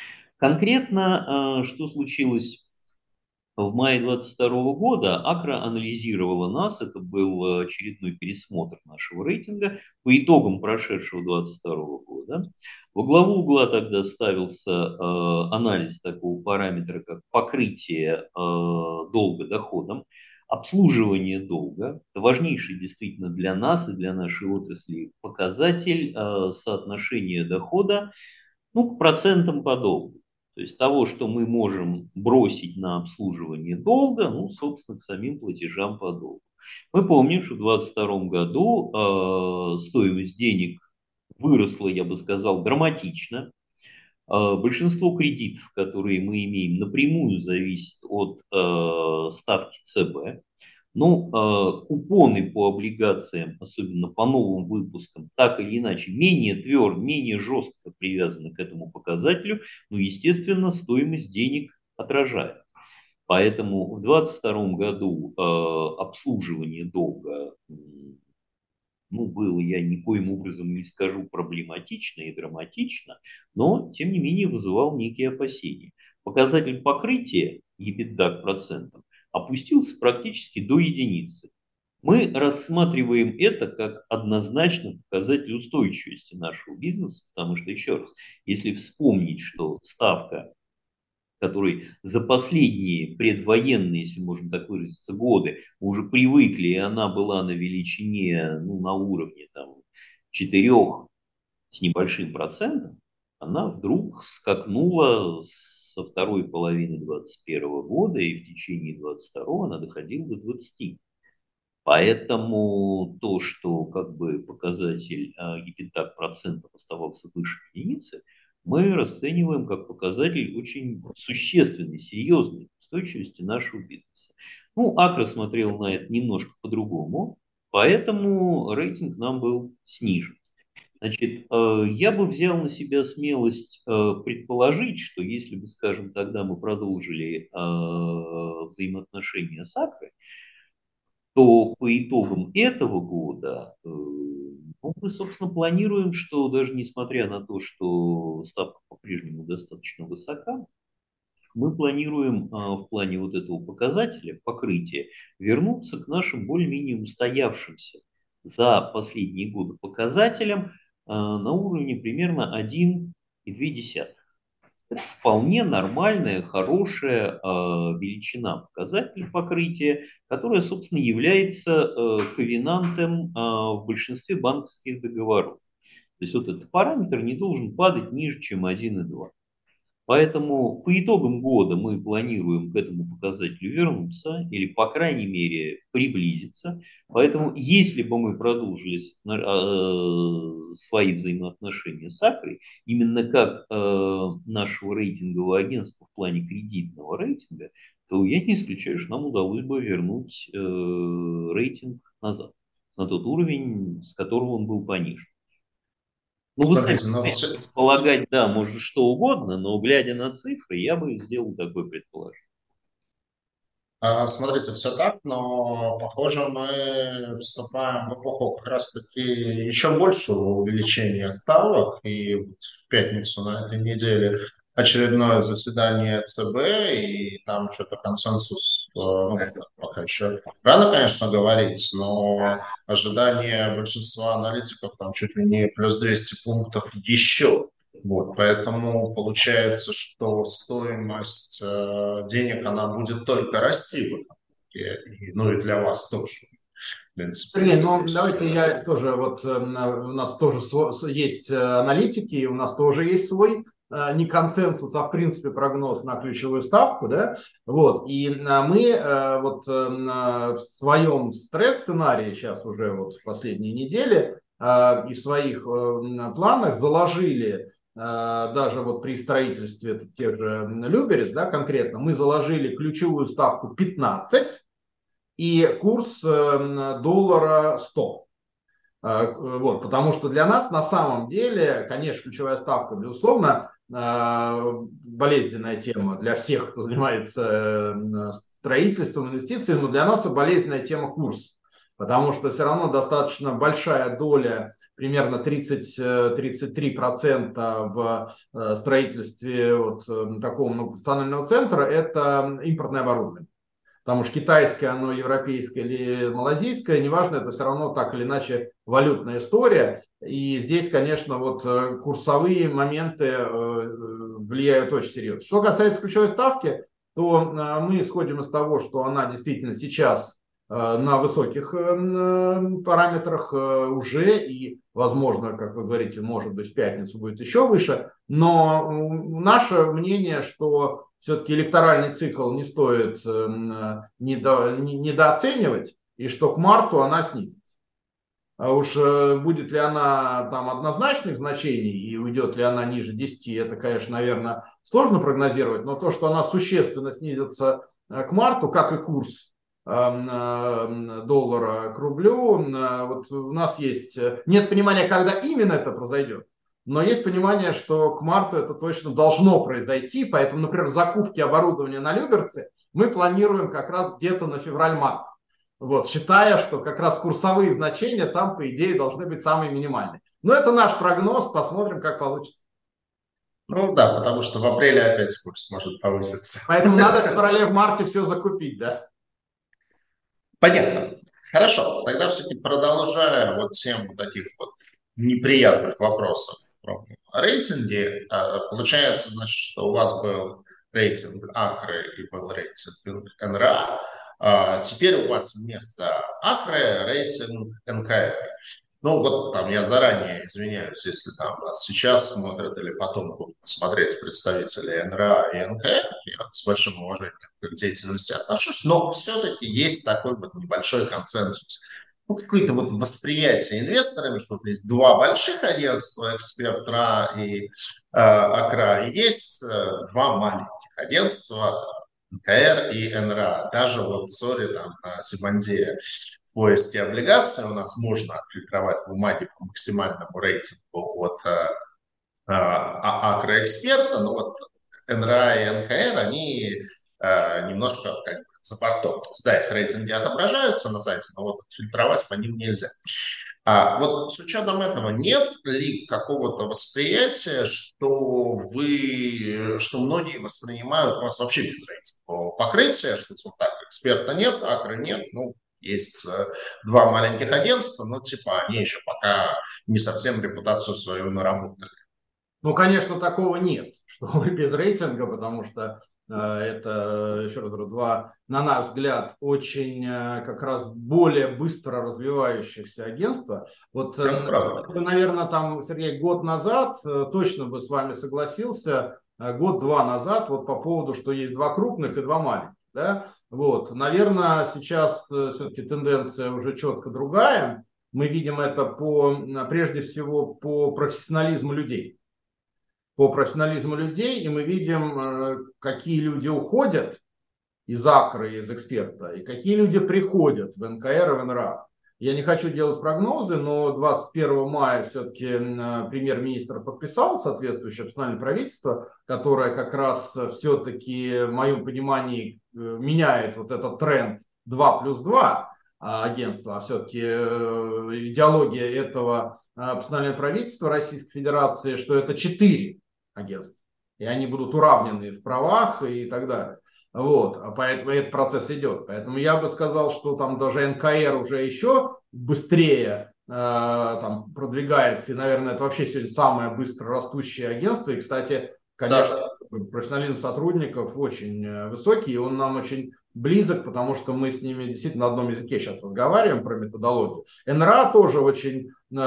Конкретно, что случилось в мае 2022 года, Акра анализировала нас, это был очередной пересмотр нашего рейтинга по итогам прошедшего 2022 года. Во главу угла тогда ставился анализ такого параметра, как покрытие долга доходом. Обслуживание долга – это важнейший действительно для нас и для нашей отрасли показатель соотношения дохода к процентам по долгу. То есть того, что мы можем бросить на обслуживание долга, собственно, к самим платежам по долгу. Мы помним, что в 2022 году стоимость денег выросла, я бы сказал, драматично. Большинство кредитов, которые мы имеем, напрямую зависит от ставки ЦБ. Купоны по облигациям, особенно по новым выпускам, так или иначе, менее твердо, менее жестко привязаны к этому показателю, естественно, стоимость денег отражает. Поэтому в 2022 году обслуживание долга было, я никоим образом не скажу, проблематично и драматично, но, тем не менее, вызывал некие опасения. Показатель покрытия EBITDA к процентам опустился практически до единицы. Мы рассматриваем это как однозначно показатель устойчивости нашего бизнеса, потому что, еще раз, если вспомнить, что ставка, которой за последние предвоенные, если можно так выразиться, годы мы уже привыкли, и она была на величине, на уровне 4 с небольшим процентом, она вдруг скакнула со второй половины 2021 года, и в течение 2022 она доходила до 20. Поэтому то, что показатель EBITDA процентов оставался выше единицы, мы расцениваем как показатель очень существенной, серьезной устойчивости нашего бизнеса. Акро смотрел на это немножко по-другому, поэтому рейтинг нам был снижен. Значит, я бы взял на себя смелость предположить, что если бы, скажем, тогда мы продолжили взаимоотношения с Акро, то по итогам этого года мы, собственно, планируем, что даже несмотря на то, что ставка по-прежнему достаточно высока, мы планируем в плане вот этого показателя, покрытия, вернуться к нашим более-менее устоявшимся за последние годы показателям на уровне примерно 1,2. Это вполне нормальная, хорошая величина показателя покрытия, которая, собственно, является ковенантом в большинстве банковских договоров. То есть вот этот параметр не должен падать ниже, чем 1,2. Поэтому по итогам года мы планируем к этому показателю вернуться или, по крайней мере, приблизиться. Поэтому если бы мы продолжили свои взаимоотношения с Акрой, именно как нашего рейтингового агентства в плане кредитного рейтинга, то я не исключаю, что нам удалось бы вернуть рейтинг назад, на тот уровень, с которого он был понижен. Вы сами полагать, да, может что угодно, но глядя на цифры, я бы сделал такое предположение. Смотрите, все так, но, похоже, мы вступаем в эпоху как раз-таки еще большего увеличения ставок. И в пятницу на этой неделе очередное заседание ЦБ, и там что-то консенсус, пока еще рано, конечно, говорить, но ожидание большинства аналитиков там чуть ли не плюс 200 пунктов еще. Поэтому получается, что стоимость денег, она будет только расти в экономике, и для вас тоже. Сергей, давайте я тоже, у нас тоже есть аналитики, и у нас тоже есть свой не консенсус, а в принципе прогноз на ключевую ставку, да, и мы в своем стресс-сценарии сейчас уже в последние недели и в своих планах заложили даже при строительстве тех же Люберец, да, конкретно, мы заложили ключевую ставку 15 и курс доллара 100. Потому что для нас на самом деле, конечно, ключевая ставка, безусловно, болезненная тема для всех, кто занимается строительством, инвестициями, но для нас болезненная тема курс, потому что все равно достаточно большая доля, примерно 30-33% в строительстве такого многофункционального центра, это импортное оборудование. Потому что китайское, оно европейское или малазийское, неважно, это все равно так или иначе валютная история. И здесь, конечно, курсовые моменты влияют очень серьезно. Что касается ключевой ставки, то мы исходим из того, что она действительно сейчас на высоких параметрах уже, и, возможно, как вы говорите, может быть, в пятницу будет еще выше. Но наше мнение, что все-таки электоральный цикл не стоит недооценивать, и что к марту она снизится. А уж будет ли она там однозначных значений и уйдет ли она ниже 10, это, конечно, наверное, сложно прогнозировать, но то, что она существенно снизится к марту, как и курс доллара к рублю, вот у нас есть, нет понимания, когда именно это произойдет, но есть понимание, что к марту это точно должно произойти, поэтому, например, закупки оборудования на Люберцы мы планируем как раз где-то на февраль-март. Вот, считая, что как раз курсовые значения там, по идее, должны быть самые минимальные. Но это наш прогноз, посмотрим, как получится. Ну да, потому что в апреле опять курс может повыситься. Поэтому надо в феврале-марте все закупить, да? Понятно. Хорошо, тогда все-таки продолжая вот тему таких вот неприятных вопросов про рейтинги, получается, значит, что у вас был рейтинг Акры и был рейтинг НРА, теперь у вас вместо Акры рейтинг НКР. Ну вот там я заранее извиняюсь, если там вас сейчас смотрят или потом будут смотреть представители НРА и НКР, я с большим уважением к их деятельности отношусь, но все-таки есть такой вот небольшой консенсус. Ну, какое-то вот восприятие инвесторами, что вот есть два больших агентства, Эксперт РА и Акра, и есть два маленьких агентства, НКР и НРА. Даже вот, сори, там, Сибандея в поиске облигаций у нас можно отфильтровать бумаги по максимальному рейтингу от Акроэксперта, но вот НРА и НКР, они немножко как бы за бортом. То есть, да, их рейтинги отображаются на сайте, но вот фильтровать по ним нельзя. Вот с учетом этого, нет ли какого-то восприятия, что многие воспринимают вас вообще без рейтингового покрытия, что вот так, эксперта нет, Акры нет, ну, есть два маленьких агентства, но типа они еще пока не совсем репутацию свою наработали. Ну, конечно, такого нет, что мы без рейтинга, потому что это, еще раз говорю, два, на наш взгляд, очень как раз более быстро развивающихся агентства. Вот, наверное, там, Сергей, год назад точно бы с вами согласился, год-два назад, вот по поводу, что есть два крупных и два маленьких. Да? Вот, наверное, сейчас все-таки тенденция уже четко другая. Мы видим это прежде всего по профессионализму людей. И мы видим, какие люди уходят из Акры, из Эксперта, и какие люди приходят в НКР и в НРА. Я не хочу делать прогнозы, но 21 мая все-таки премьер-министр подписал соответствующее постановление правительства, которое как раз все-таки, в моем понимании, меняет вот этот тренд 2+2 агентства, а все-таки идеология этого постановления правительства Российской Федерации, что это 4 агентств, и они будут уравнены в правах и так далее. Вот, поэтому этот процесс идет. Поэтому я бы сказал, что там даже НКР уже еще быстрее там продвигается, и, наверное, это вообще сегодня самое быстро растущее агентство. И, кстати, конечно, профессионализм сотрудников очень высокий, и он нам очень близок, потому что мы с ними действительно на одном языке сейчас разговариваем про методологию. НРА тоже очень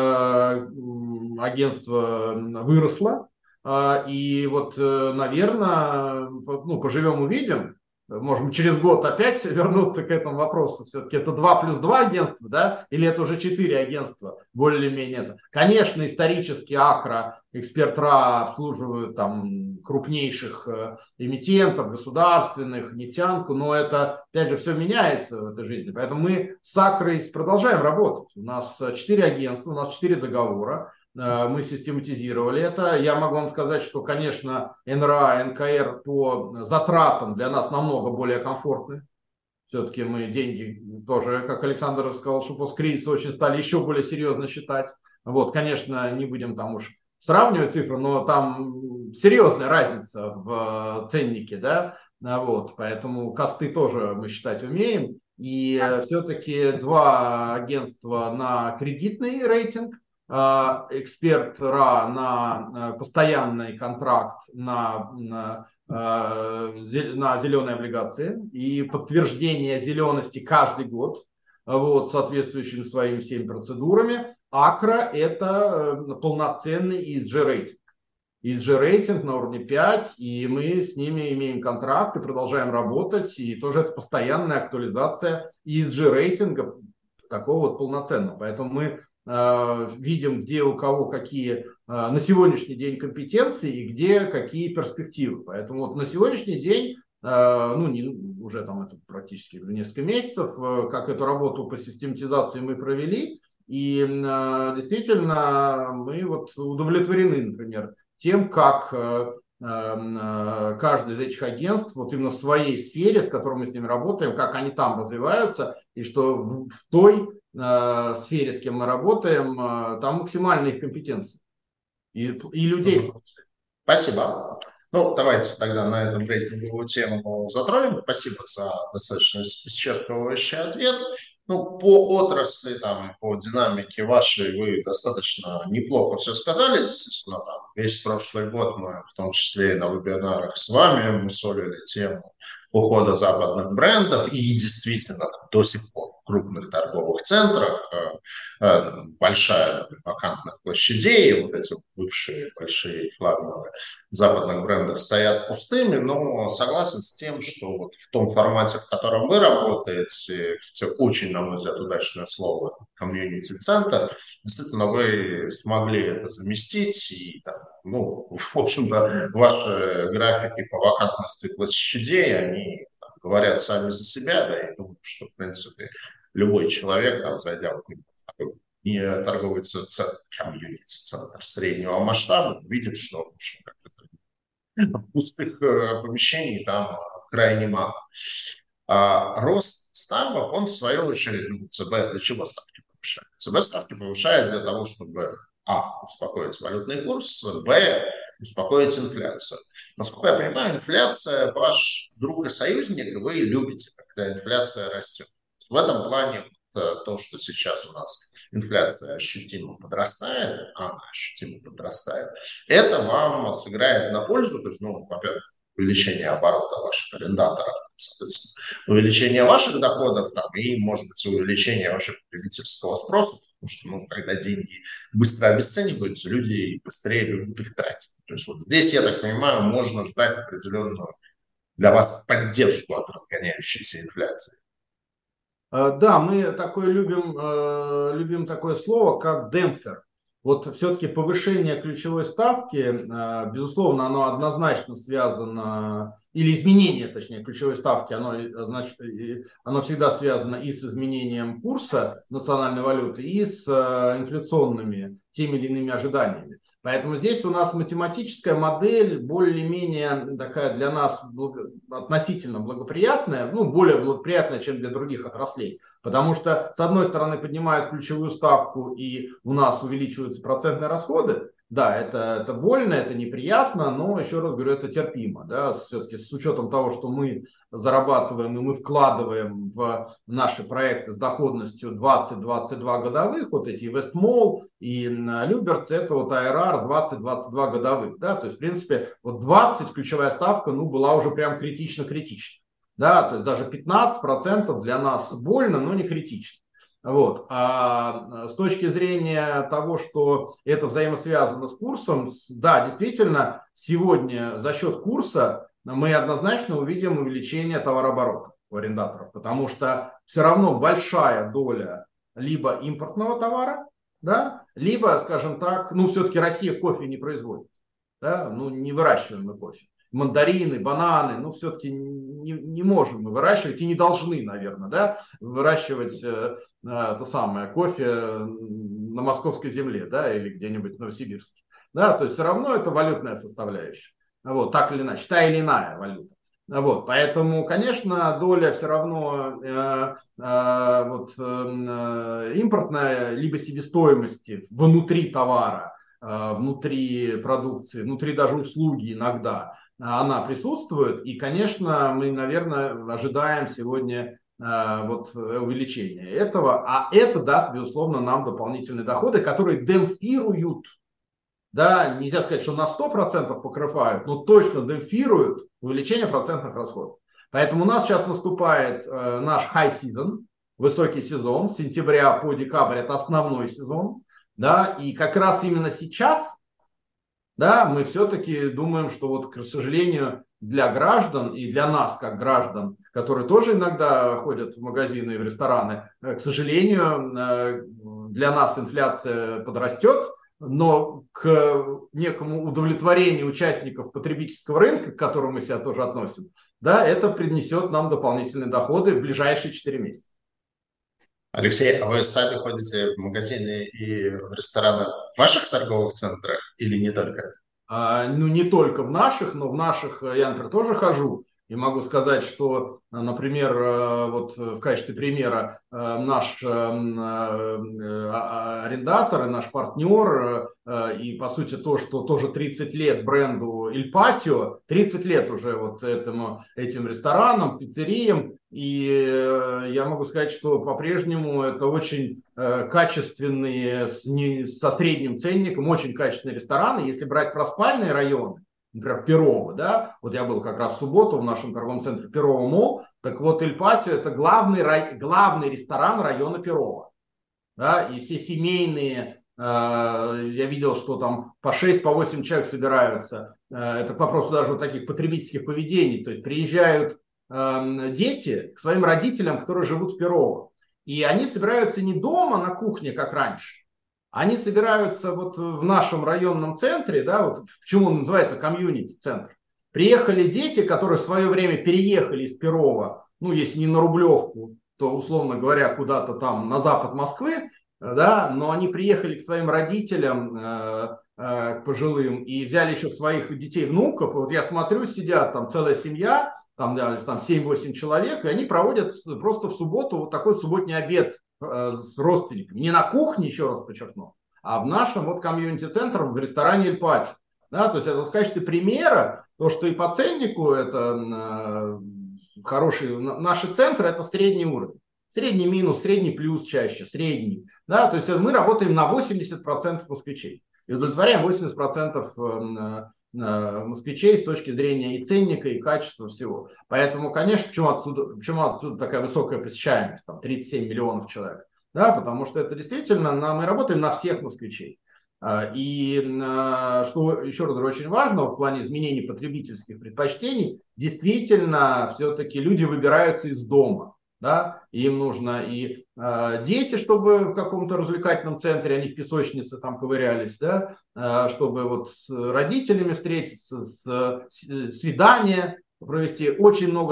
агентство выросло. И вот, наверное, ну, поживем увидим, можем через год опять вернуться к этому вопросу. Все-таки это 2+2 агентства, да, или это уже 4 агентства, более-менее. Конечно, исторически Акра, Эксперт РА обслуживают там крупнейших эмитентов, государственных, нефтянку, но это, опять же, все меняется в этой жизни. Поэтому мы с Акрой продолжаем работать. У нас 4 агентства, у нас 4 договора. Мы систематизировали это. Я могу вам сказать, что, конечно, НРА, НКР по затратам для нас намного более комфортны. Все-таки мы деньги тоже, как Александр сказал, что после кризиса очень стали еще более серьезно считать. Вот, конечно, не будем там уж сравнивать цифры, но там серьезная разница в ценнике, да. Вот, поэтому косты тоже мы считать умеем. И все-таки два агентства на кредитный рейтинг, Эксперт РА на постоянный контракт на зеленые облигации и подтверждение зелености каждый год. вот, соответствующими своими всеми процедурами. Акра – это полноценный ESG-рейтинг. ESG-рейтинг на уровне 5, и мы с ними имеем контракт и продолжаем работать, и тоже это постоянная актуализация ESG-рейтинга, такого вот полноценного. Поэтому мы видим, где у кого какие на сегодняшний день компетенции и где какие перспективы. Поэтому вот на сегодняшний день, уже там это практически несколько месяцев, как эту работу по систематизации мы провели, и действительно мы вот удовлетворены, например, тем, как каждое из этих агентств, вот именно в своей сфере, с которой мы с ними работаем, как они там развиваются, и что в той сфере, с кем мы работаем, там максимальные их компетенции и людей. Спасибо. Ну, давайте тогда на этом рейтинговую тему затронем. Спасибо за достаточно исчерпывающий ответ. Ну, по отрасли, там, по динамике вашей вы достаточно неплохо все сказали. Действительно, там, весь прошлый год мы, в том числе и на вебинарах с вами, мусолили тему ухода западных брендов, и действительно до сих пор в крупных торговых центрах большая вакантных площадей, вот эти бывшие большие флагманы западных брендов стоят пустыми, но согласен с тем, что вот в том формате, в котором вы работаете, очень, на мой взгляд, удачное слово, комьюнити-центр, действительно вы смогли это заместить, и в общем-то, ваши графики по вакантности площадей, они говорят сами за себя, да, и думаю, что, в принципе, любой человек, там, зайдя в такой торговый центр, комьюнити-центр среднего масштаба, видит, что, в общем, пустых помещений там крайне мало. Рост ставок, он, в свою очередь, ЦБ для чего ставки повышает? ЦБ ставки повышает для того, чтобы успокоить валютный курс, успокоить инфляцию. Насколько я понимаю, инфляция ваш друг и союзник, и вы любите, когда инфляция растет. В этом плане то, что сейчас у нас инфляция ощутимо подрастает, это вам сыграет на пользу, то есть, во-первых, увеличение оборота ваших арендаторов, соответственно, увеличение ваших доходов и, может быть, увеличение вообще потребительского спроса, потому что, когда деньги быстро обесцениваются, люди быстрее любят их тратить. То есть вот здесь, я так понимаю, можно ждать определенную для вас поддержку от разгоняющейся инфляции. Да, мы такое любим такое слово, как демпфер. Вот все-таки повышение ключевой ставки, безусловно, оно однозначно связано, или изменение, точнее, ключевой ставки, оно всегда связано и с изменением курса национальной валюты, и с инфляционными теми или иными ожиданиями. Поэтому здесь у нас математическая модель более-менее такая для нас относительно благоприятная, более благоприятная, чем для других отраслей. Потому что, с одной стороны, поднимают ключевую ставку, и у нас увеличиваются процентные расходы. Да, это больно, это неприятно, но, еще раз говорю, это терпимо. Да? Все-таки с учетом того, что мы зарабатываем и мы вкладываем в наши проекты с доходностью 20-22 годовых, вот эти Вестмолл и Люберц, это вот IRR 20-22 годовых. Да? То есть, в принципе, вот 20 ключевая ставка была уже прям критично-критична. Да? То есть даже 15% для нас больно, но не критично. Вот. А с точки зрения того, что это взаимосвязано с курсом, да, действительно, сегодня за счет курса мы однозначно увидим увеличение товарооборота у арендаторов, потому что все равно большая доля либо импортного товара, да, либо, скажем так, все-таки Россия кофе не производит, да, не выращиваем мы кофе. Мандарины, бананы, все-таки не можем мы выращивать и не должны, наверное, да, выращивать кофе на московской земле, да, или где-нибудь в Новосибирске. Да, то есть все равно это валютная составляющая. Вот, так или иначе, та или иная валюта. Вот, поэтому, конечно, доля все равно импортная, либо себестоимости внутри товара, внутри продукции, внутри даже услуги иногда, она присутствует. И, конечно, мы, наверное, ожидаем сегодня увеличения этого. А это даст, безусловно, нам дополнительные доходы, которые демпфируют. Да, нельзя сказать, что на 100% покрывают, но точно демпфируют увеличение процентных расходов. Поэтому у нас сейчас наступает наш high season. высокий сезон, с сентября по декабрь это основной сезон, да, и как раз именно сейчас, да, мы все-таки думаем, что вот, к сожалению, для граждан и для нас, как граждан, которые тоже иногда ходят в магазины и в рестораны, к сожалению, для нас инфляция подрастет, но к некому удовлетворению участников потребительского рынка, к которому мы себя тоже относим, да, это принесет нам дополнительные доходы в ближайшие 4 месяца. Алексей, а вы сами ходите в магазины и в рестораны в ваших торговых центрах или не только? Ну, не только в наших, но в наших я, например, тоже хожу. И могу сказать, что, например, вот в качестве примера наш арендатор и наш партнер, и по сути то, что тоже 30 лет бренду Il Patio, 30 лет уже вот этим ресторанам, пиццериям, и я могу сказать, что по-прежнему это очень качественные, со средним ценником, очень качественные рестораны. Если брать проспальные районы, например, Перово, да, вот я был как раз в субботу в нашем торговом центре Перово Молл, так вот Il Patio это главный ресторан района Перово, да, и все семейные, я видел, что там по 6, по 8 человек собираются, это к вопросу даже вот таких потребительских поведений, то есть приезжают дети к своим родителям, которые живут в Перово, и они собираются не дома на кухне, как раньше, они собираются вот в нашем районном центре, да, вот почему он называется комьюнити-центр. Приехали дети, которые в свое время переехали из Перова, ну, если не на Рублевку, то, условно говоря, куда-то там на запад Москвы, да, но они приехали к своим родителям, к пожилым, и взяли еще своих детей, внуков. И вот я смотрю, сидят там целая семья, там 7-8 человек, и они проводят просто в субботу вот такой субботний обед с родственниками. Не на кухне, еще раз подчеркну, а в нашем вот комьюнити-центре в ресторане «Эль Пати». Да, то есть это в качестве примера, то, что и по ценнику это хорошие, наши центры это средний уровень. Средний минус, средний плюс чаще, средний. Да, то есть мы работаем на 80% москвичей и удовлетворяем 80% москвичей с точки зрения и ценника, и качества всего. Поэтому, конечно, почему отсюда такая высокая посещаемость, там 37 миллионов человек, да, потому что это действительно, мы работаем на всех москвичей. И что еще раз говорю, очень важно в плане изменений потребительских предпочтений, действительно все-таки люди выбираются из дома. Да, им нужно и дети, чтобы в каком-то развлекательном центре, они в песочнице там ковырялись, да, чтобы вот с родителями встретиться, свидания провести. Очень много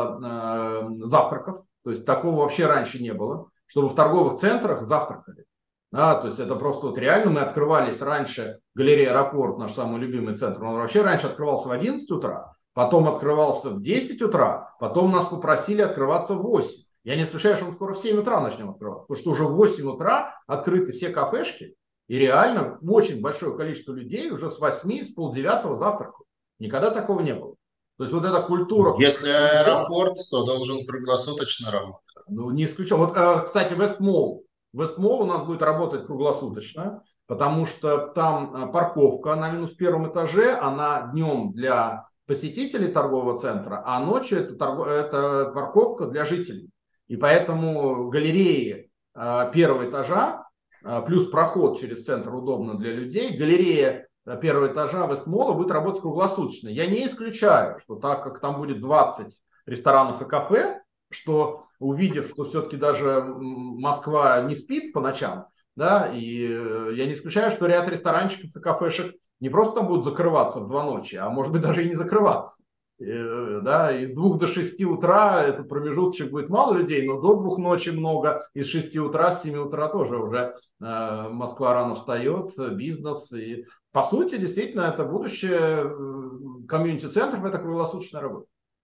стало завтраков, то есть такого вообще раньше не было, чтобы в торговых центрах завтракали. Да, то есть это просто вот реально мы открывались раньше, галерея Аэропорт, наш самый любимый центр, он вообще раньше открывался в 11 утра, потом открывался в 10 утра, потом нас попросили открываться в 8. Я не исключаю, что мы скоро в 7 утра начнем открываться, потому что уже в 8 утра открыты все кафешки, и реально очень большое количество людей уже с 8, с полдевятого завтракают. Никогда такого не было. То есть вот эта культура... Если аэропорт, то должен круглосуточно работать. Ну, не исключаю. Вот, кстати, Вестмолл. Вестмолл у нас будет работать круглосуточно, потому что там парковка на минус первом этаже, она днем для посетителей торгового центра, а ночью это парковка для жителей. И поэтому галереи первого этажа, плюс проход через центр удобно для людей, галерея первого этажа Вестмолла будет работать круглосуточно. Я не исключаю, что так как там будет 20 ресторанов и кафе, что увидев, что все-таки даже Москва не спит по ночам, да, и я не исключаю, что ряд ресторанчиков и кафешек не просто там будут закрываться в 2 ночи, а может быть даже и не закрываться. Да, из 2 до 6 утра этот промежуточек будет мало людей, но до 2 ночи много, из 6 утра, с 7 утра тоже уже Москва рано встает, бизнес. И по сути, действительно, это будущее комьюнити-центров, это круглосуточная работа.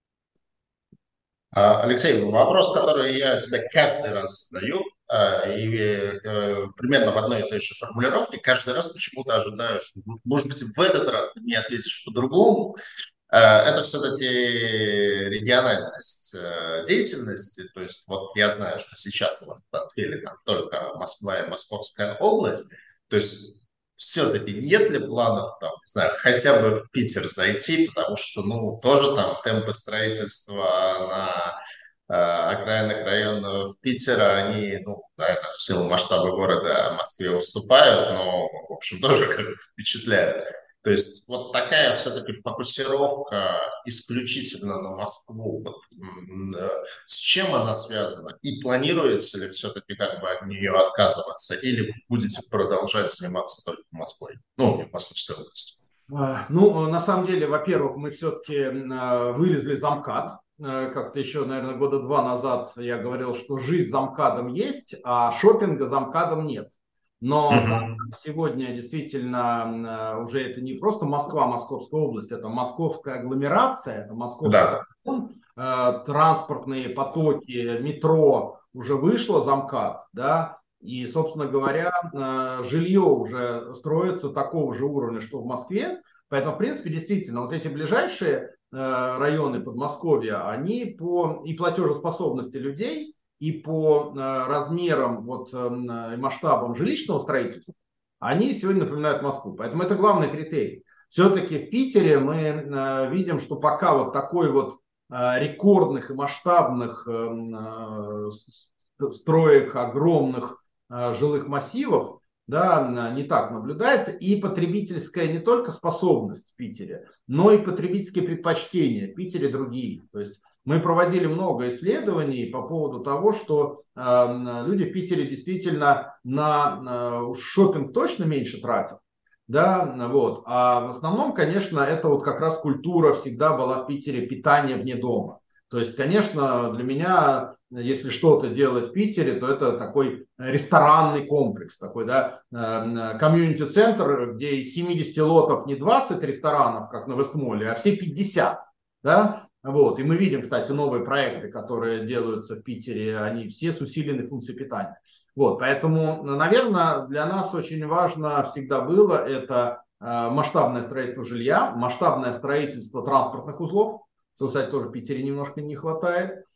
Алексей, вопрос, который я тебе каждый раз задаю, и примерно в одной и той же формулировке, каждый раз почему-то ожидаю, что, может быть, в этот раз ты мне ответишь по-другому. Это все-таки региональность деятельности. То есть вот я знаю, что сейчас у вас в портфеле там только Москва и Московская область. То есть все-таки нет ли планов, там, не знаю, хотя бы в Питер зайти, потому что, ну, тоже там темпы строительства на окраинных районов Питера, они, ну, наверное, в силу масштаба города Москве уступают, но, в общем, тоже как бы впечатляют. То есть вот такая все-таки фокусировка исключительно на Москву, вот, с чем она связана? И планируется ли все-таки как бы от нее отказываться? Или будете продолжать заниматься только Москвой? Ну, не в Московской области. Ну, на самом деле, во-первых, мы все-таки вылезли за МКАД. Как-то еще, наверное, года 2 назад я говорил, что жизнь за МКАДом есть, а шопинга за МКАДом нет. Но Мгм. сегодня действительно уже это не просто Москва, Московская область, это московская агломерация, это московский Да. район, транспортные потоки, метро уже вышло за МКАД, да, и, собственно говоря, жилье уже строится такого же уровня, что в Москве. Поэтому, в принципе, действительно, вот эти ближайшие районы Подмосковья, они по и платежеспособности людей, и по размерам вот, и масштабам жилищного строительства, они сегодня напоминают Москву. Поэтому это главный критерий. Все-таки в Питере мы видим, что пока вот такой вот рекордных и масштабных строек огромных жилых массивов, да, не так наблюдается. И потребительская не только способность в Питере, но и потребительские предпочтения в Питере другие. То есть мы проводили много исследований по поводу того, что люди в Питере действительно на шопинг точно меньше тратят. Да, вот. А в основном, конечно, это вот как раз культура всегда была в Питере питание вне дома. То есть, конечно, для меня, если что-то делать в Питере, то это такой ресторанный комплекс, такой, да, комьюнити-центр, где из 70 лотов не 20 ресторанов, как на Вестмоле, а все 50, да, вот. И мы видим, кстати, новые проекты, которые делаются в Питере, они все с усиленной функцией питания. Вот, поэтому, наверное, для нас очень важно всегда было это масштабное строительство жилья, масштабное строительство транспортных узлов, что, кстати, тоже в Питере немножко не хватает.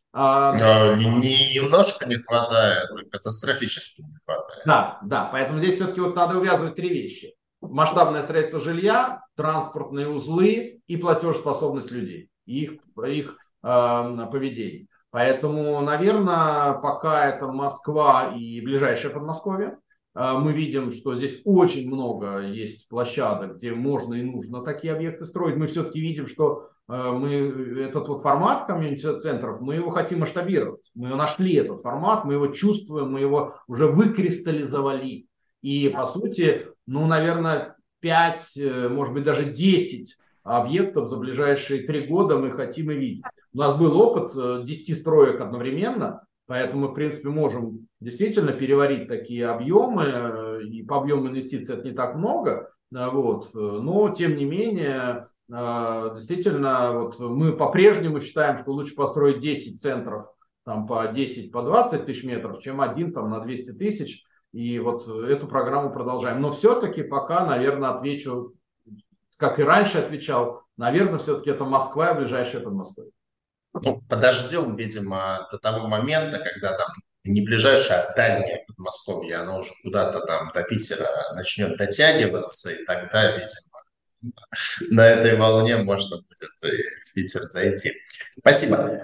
Немножко не хватает, катастрофически не хватает. Да, да, поэтому здесь все-таки вот надо увязывать три вещи. Масштабное строительство жилья, транспортные узлы и платежеспособность людей, их поведение. Поэтому, наверное, пока это Москва и ближайшее Подмосковье, мы видим, что здесь очень много есть площадок, где можно и нужно такие объекты строить. Мы все-таки видим, что мы этот вот формат комьюнити-центров, мы его хотим масштабировать. Мы нашли этот формат, мы его чувствуем, мы его уже выкристаллизовали. И, по сути, ну, наверное, 5, может быть, даже 10 объектов за ближайшие 3 года мы хотим и видеть. У нас был опыт 10 строек одновременно, поэтому мы, в принципе, можем действительно переварить такие объемы, и по объему инвестиций это не так много, вот, но, тем не менее, действительно, вот мы по-прежнему считаем, что лучше построить 10 центров там, по 10, по 20 тысяч метров, чем один там, на 200 тысяч. И вот эту программу продолжаем. Но все-таки пока, наверное, отвечу, как и раньше отвечал, наверное, все-таки это Москва и ближайшее Подмосковье. Ну, подождем, видимо, до того момента, когда там не ближайшее, а дальнее Подмосковье, оно уже куда-то там до Питера начнет дотягиваться, и тогда, видимо, на этой волне можно будет и в Питер зайти. Спасибо.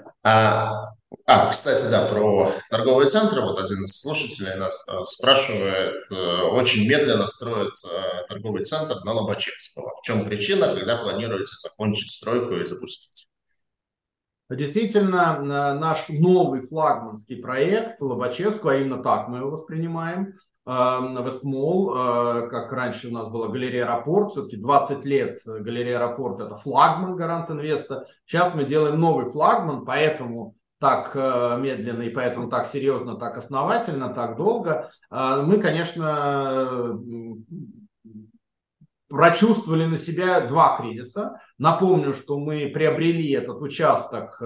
Кстати, да, про торговые центры. Вот один из слушателей нас спрашивает, очень медленно строится торговый центр на Лобачевского. В чем причина, когда планируете закончить стройку и запустить? Действительно, наш новый флагманский проект Лобачевского, а именно так мы его воспринимаем, Вестмолл, как раньше у нас была галерея Аэропорт, все-таки 20 лет галерея Аэропорт это флагман Гарант Инвеста. Сейчас мы делаем новый флагман, поэтому так медленно и поэтому так серьезно, так основательно, так долго. Мы, конечно, прочувствовали на себя 2 кризиса. Напомню, что мы приобрели этот участок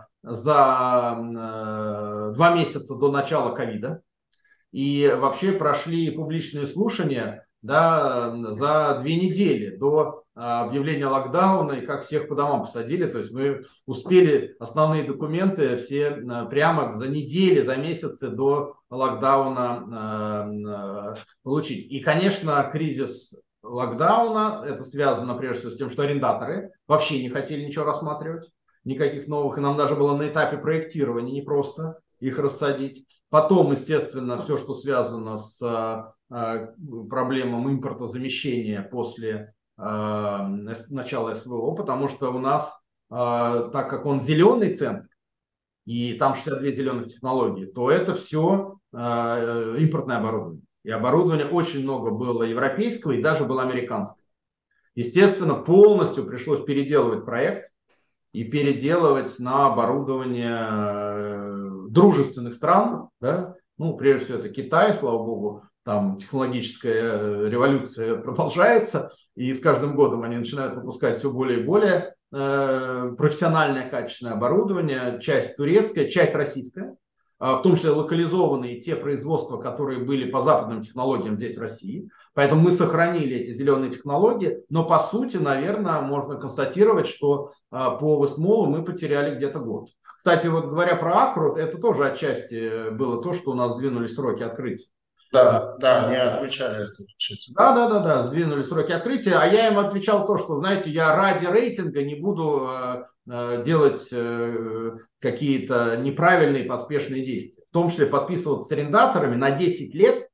за 2 месяца до начала ковида. И вообще прошли публичные слушания, да, за 2 недели до объявления локдауна, и как всех по домам посадили. То есть мы успели основные документы все прямо за недели, за месяцы до локдауна получить. И, конечно, кризис локдауна, это связано прежде всего с тем, что арендаторы вообще не хотели ничего рассматривать. никаких новых, и нам даже было на этапе проектирования непросто их рассадить. Потом, естественно, все, что связано с проблемой импортозамещения после начала СВО, потому что у нас, так как он зеленый центр, и там 62 зеленых технологии, то это все импортное оборудование. И оборудования очень много было европейского и даже было американского. Естественно, полностью пришлось переделывать проект и переделывать на оборудование дружественных стран. Да? Ну, прежде всего, это Китай, слава богу, там технологическая революция продолжается, и с каждым годом они начинают выпускать все более и более профессиональное качественное оборудование, часть турецкая, часть российская, в том числе локализованные те производства, которые были по западным технологиям здесь в России. Поэтому мы сохранили эти зеленые технологии, но по сути, наверное, можно констатировать, что по Вестмолу мы потеряли где-то год. Кстати, вот говоря про Акру, это тоже отчасти было то, что у нас сдвинулись сроки открытия. Да, не отвечали это. Да, сдвинули сроки открытия, а я им отвечал то, что, знаете, я ради рейтинга не буду делать какие-то неправильные поспешные действия. В том числе подписываться с арендаторами на 10 лет,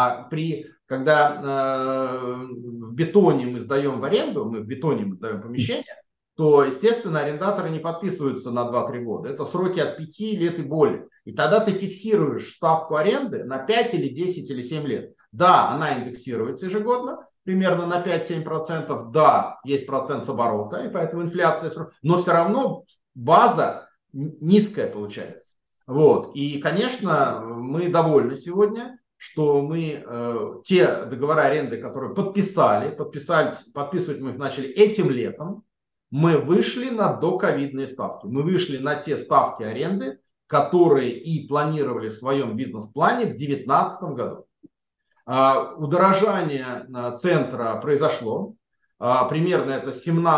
когда в бетоне мы сдаем в аренду, мы в бетоне мы сдаем помещение, то, естественно, арендаторы не подписываются на 2-3 года. Это сроки от 5 лет и более. И тогда ты фиксируешь ставку аренды на 5 или 10 или 7 лет. Да, она индексируется ежегодно, примерно на 5-7%. Да, есть процент с оборота, и поэтому инфляция. Но все равно база низкая получается. Вот. И, конечно, мы довольны сегодня, что мы те договора аренды, которые подписывать мы их начали этим летом, мы вышли на доковидные ставки. Мы вышли на те ставки аренды, которые и планировали в своем бизнес-плане в 2019 году. Удорожание центра произошло. Примерно это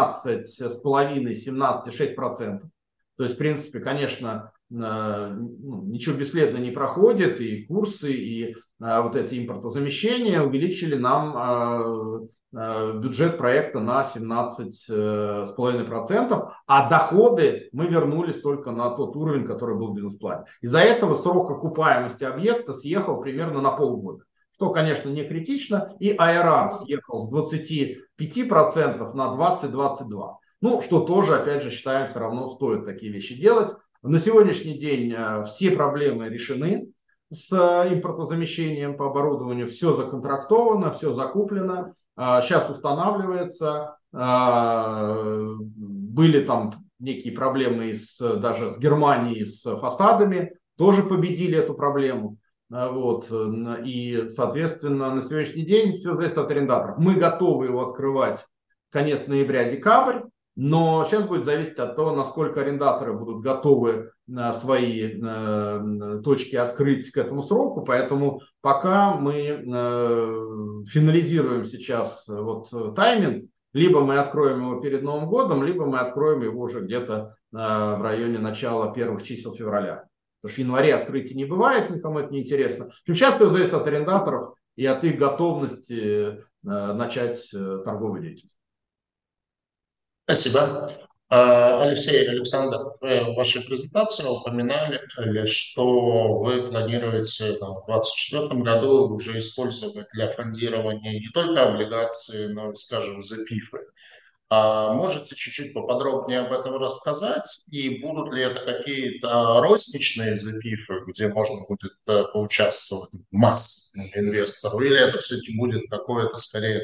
17,5-17,6%. То есть, в принципе, конечно, ничего бесследно не проходит. И курсы, и вот эти импортозамещения увеличили нам бюджет проекта на 17,5%, а доходы мы вернулись только на тот уровень, который был в бизнес-плане. Из-за этого срок окупаемости объекта съехал примерно на полгода, что, конечно, не критично, и IRR съехал с 25% на 20-22%. Ну, что тоже, опять же, считаем, все равно стоит такие вещи делать. На сегодняшний день все проблемы решены с импортозамещением по оборудованию, все законтрактовано, все закуплено. Сейчас устанавливается. Были там некие проблемы даже с Германией, с фасадами. Тоже победили эту проблему. Вот. И, соответственно, на сегодняшний день все зависит от арендаторов. Мы готовы его открывать конец ноября-декабрь. Но сейчас будет зависеть от того, насколько арендаторы будут готовы свои точки открыть к этому сроку. Поэтому пока мы финализируем сейчас тайминг, либо мы откроем его перед Новым годом, либо мы откроем его уже где-то в районе начала первых чисел февраля. Потому что в январе открытий не бывает, никому это не интересно. Сейчас все зависит от арендаторов и от их готовности начать торговую деятельность. Спасибо. Алексей, Александр, в вашей презентации упоминали, что вы планируете в 2024 году уже использовать для фондирования не только облигации, но и, скажем, ZPIF. Можете чуть-чуть поподробнее об этом рассказать? И будут ли это какие-то розничные ZPIF, где можно будет поучаствовать массовому инвестору? Или это все-таки будет какое-то, скорее,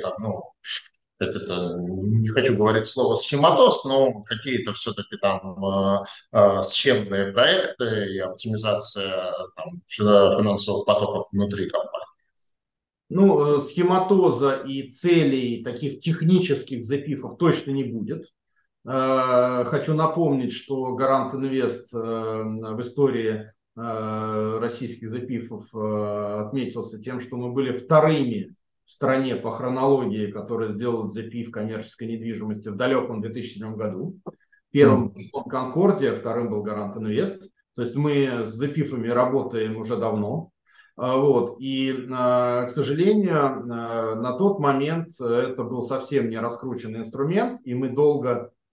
не хочу говорить слово схематоз, но какие-то все-таки там схемные проекты и оптимизация финансовых потоков внутри компании. Ну, схематоза и целей таких технических ZPIF точно не будет. Хочу напомнить, что Гарант Инвест в истории российских ZPIF отметился тем, что мы были вторыми в стране по хронологии, который сделал ZPIF коммерческой недвижимости в далеком 2007 году. Первым был Конкордия, вторым был Гарант Инвест. То есть мы с ZPIF-ами работаем уже давно. Вот. И, к сожалению, на тот момент это был совсем не раскрученный инструмент, и мы долго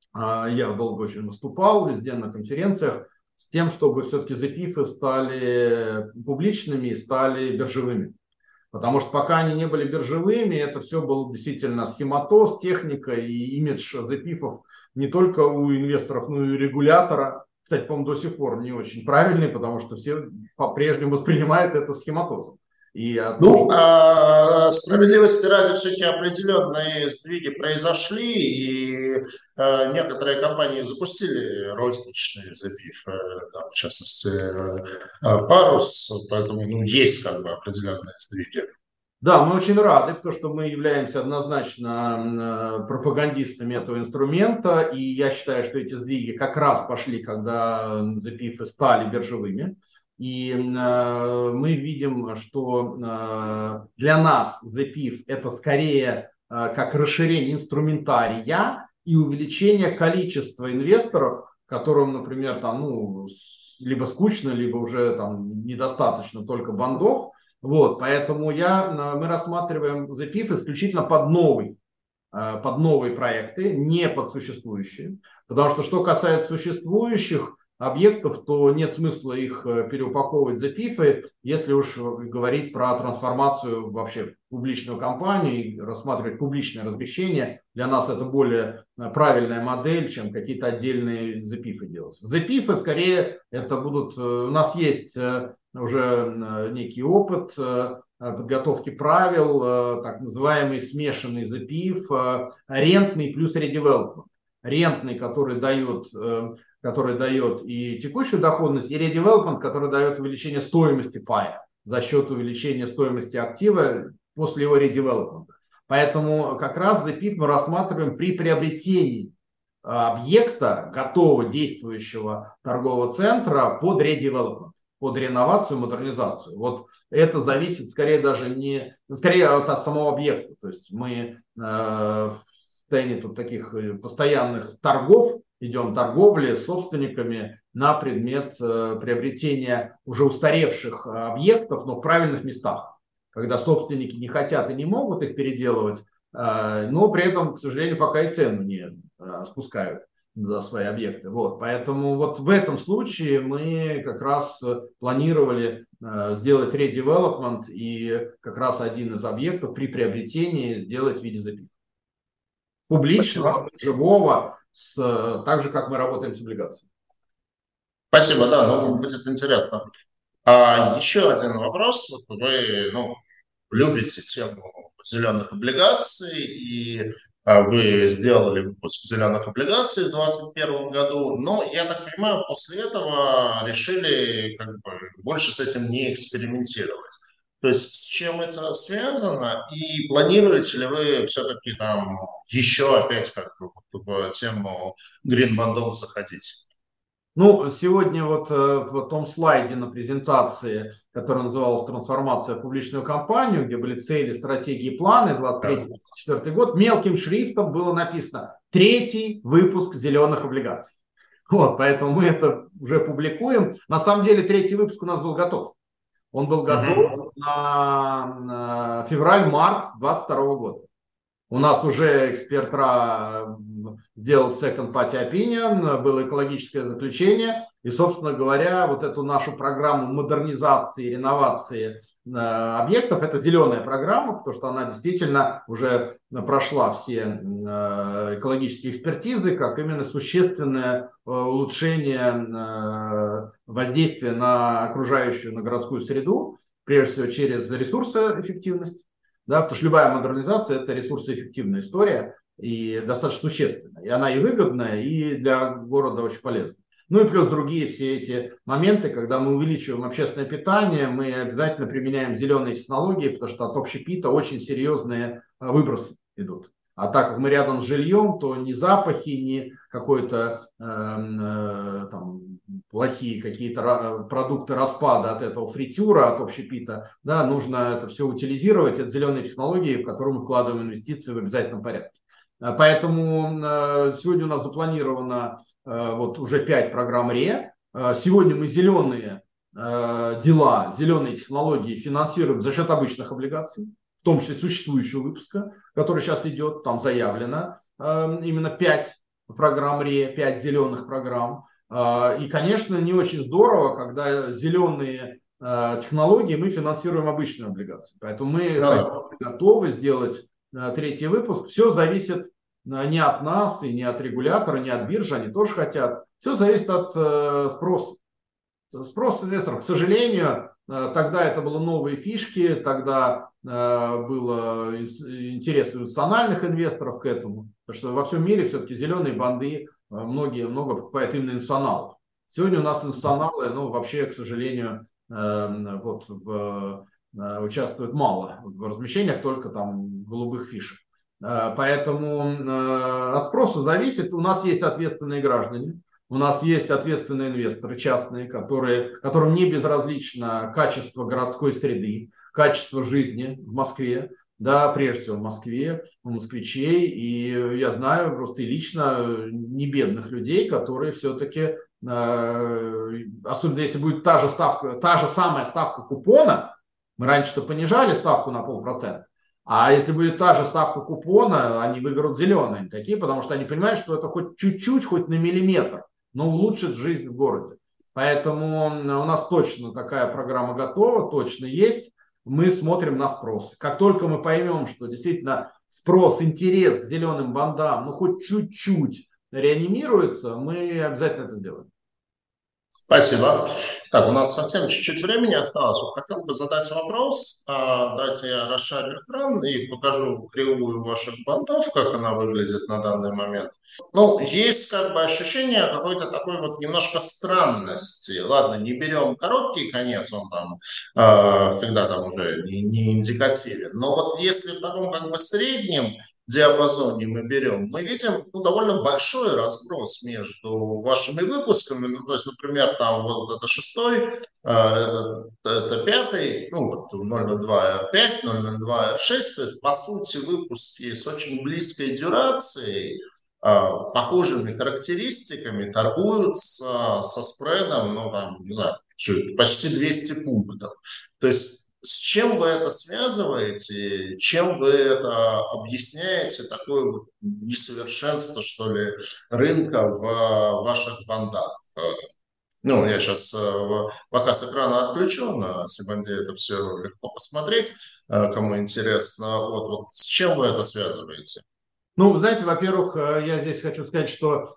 Я долго очень выступал везде на конференциях с тем, чтобы все-таки ZPIF стали публичными и стали биржевыми. Потому что пока они не были биржевыми, это все был действительно схематоз, техника и имидж ZPIF не только у инвесторов, но и у регулятора. Кстати, по-моему, до сих пор не очень правильный, потому что все по-прежнему воспринимают это схематозом. Справедливости ради, все-таки определенные сдвиги произошли, и некоторые компании запустили розничные ZPIF, там, в частности, Парус, поэтому есть как бы определенные сдвиги. Да, мы очень рады, потому что мы являемся однозначно пропагандистами этого инструмента, и я считаю, что эти сдвиги как раз пошли, когда ZPIF стали биржевыми. И мы видим, что для нас ZPIF это скорее как расширение инструментария и увеличение количества инвесторов, которым, например, там, либо скучно, либо уже там недостаточно только бандов. Вот, поэтому мы рассматриваем ZPIF исключительно под новые проекты, не под существующие. Потому что касается существующих объектов, то нет смысла их переупаковывать в ZPIF, если уж говорить про трансформацию вообще в публичную компанию и рассматривать публичное размещение. Для нас это более правильная модель, чем какие-то отдельные ZPIF делать. ZPIF скорее это будут... У нас есть уже некий опыт подготовки правил, так называемый смешанный ZPIF, рентный плюс редевелопмент. Рентный, который дает и текущую доходность, и редевелопмент, который дает увеличение стоимости пая за счет увеличения стоимости актива после его редевелопмента. Поэтому как раз ZPIF мы рассматриваем при приобретении объекта, готового действующего торгового центра под редевелопмент, под реновацию, модернизацию. Вот это зависит скорее от самого объекта. То есть мы в состоянии таких постоянных идем торговли с собственниками на предмет приобретения уже устаревших объектов, но в правильных местах, когда собственники не хотят и не могут их переделывать, но при этом, к сожалению, пока и цену не спускают за свои объекты. Вот. Поэтому вот в этом случае мы как раз планировали сделать редевелопмент и как раз один из объектов при приобретении сделать в виде ZPIF. Публичного, живого, так же, как мы работаем с облигациями. Спасибо, да, будет интересно. Еще один вопрос. Вот вы любите тему зеленых облигаций, и вы сделали выпуск зеленых облигаций в 2021 году, но, я так понимаю, после этого решили больше с этим не экспериментировать. То есть с чем это связано, и планируете ли вы все-таки там еще опять в тему грин-бандов заходить? Сегодня вот в том слайде на презентации, которая называлась «Трансформация в публичную компанию», где были цели, стратегии, планы 23-24 год, мелким шрифтом было написано «Третий выпуск зеленых облигаций». Вот, поэтому мы это уже публикуем. На самом деле третий выпуск у нас был готов. Он был готов на февраль-март 2022 года. У нас уже эксперт сделал second party opinion, было экологическое заключение. И, собственно говоря, вот эту нашу программу модернизации и реновации объектов, это зеленая программа, потому что она действительно уже прошла все экологические экспертизы, как именно существенное улучшение воздействия на окружающую, на городскую среду, прежде всего через ресурсоэффективность. Да, потому что любая модернизация – это ресурсоэффективная история и достаточно существенная. И она и выгодная, и для города очень полезна. И плюс другие все эти моменты, когда мы увеличиваем общественное питание, мы обязательно применяем зеленые технологии, потому что от общепита очень серьезные выбросы идут. А так как мы рядом с жильем, то ни запахи, ни какой-то плохие какие-то продукты распада от этого фритюра, от общепита, да, нужно это все утилизировать. Это зеленые технологии, в которые мы вкладываем инвестиции в обязательном порядке. Поэтому сегодня у нас запланировано вот уже 5 программ РЕ. Сегодня мы зеленые дела, зеленые технологии финансируем за счет обычных облигаций, в том числе существующего выпуска, который сейчас идет, там заявлено именно 5 программ РЕ, 5 зеленых программ. И, конечно, не очень здорово, когда зеленые технологии мы финансируем обычные облигации. Поэтому мы готовы сделать третий выпуск. Все зависит не от нас и не от регулятора, не от биржи, они тоже хотят. Все зависит от спроса. Спрос инвесторов, к сожалению, тогда это были новые фишки, тогда было интерес национальных инвесторов к этому, потому что во всем мире все-таки зеленые банды много покупают именно институционалов. Сегодня у нас институционалы, вообще, к сожалению, участвуют мало в размещениях, только там голубых фишек. Поэтому от спроса зависит. У нас есть ответственные граждане. У нас есть ответственные инвесторы частные, которым не безразлично качество городской среды, качество жизни в Москве, да, прежде всего в Москве, у москвичей. И я знаю просто и лично не бедных людей, которые все-таки, особенно если будет та же самая ставка купона, мы раньше-то понижали ставку на 0,5%, а если будет та же ставка купона, они выберут зеленые такие, потому что они понимают, что это хоть чуть-чуть, хоть на миллиметр, но улучшит жизнь в городе. Поэтому у нас точно такая программа готова, точно есть. Мы смотрим на спрос. Как только мы поймем, что действительно спрос, интерес к зеленым бандам, хоть чуть-чуть реанимируется, мы обязательно это сделаем. Спасибо. Так, у нас совсем чуть-чуть времени осталось. Хотел бы задать вопрос. Давайте я расшарю экран и покажу кривую ваших бандов, как она выглядит на данный момент. Есть ощущение какой-то такой немножко странности. Ладно, не берем короткий конец, он там всегда там уже не индикативен. Но если в таком среднем диапазоне мы берем, мы видим довольно большой разброс между вашими выпусками. То есть, например, там это 6-й, это 5-й, 002 R5, 002 R6, то есть, по сути, выпуски с очень близкой дюрацией, похожими характеристиками, торгуются со спредом, не знаю, почти 200 пунктов. То есть, с чем вы это связываете? Чем вы это объясняете? Такое несовершенство, что ли, рынка в ваших бандах? Я сейчас показ экрана отключу, на Сибанде это все легко посмотреть, кому интересно. С чем вы это связываете? Знаете, во-первых, я здесь хочу сказать, что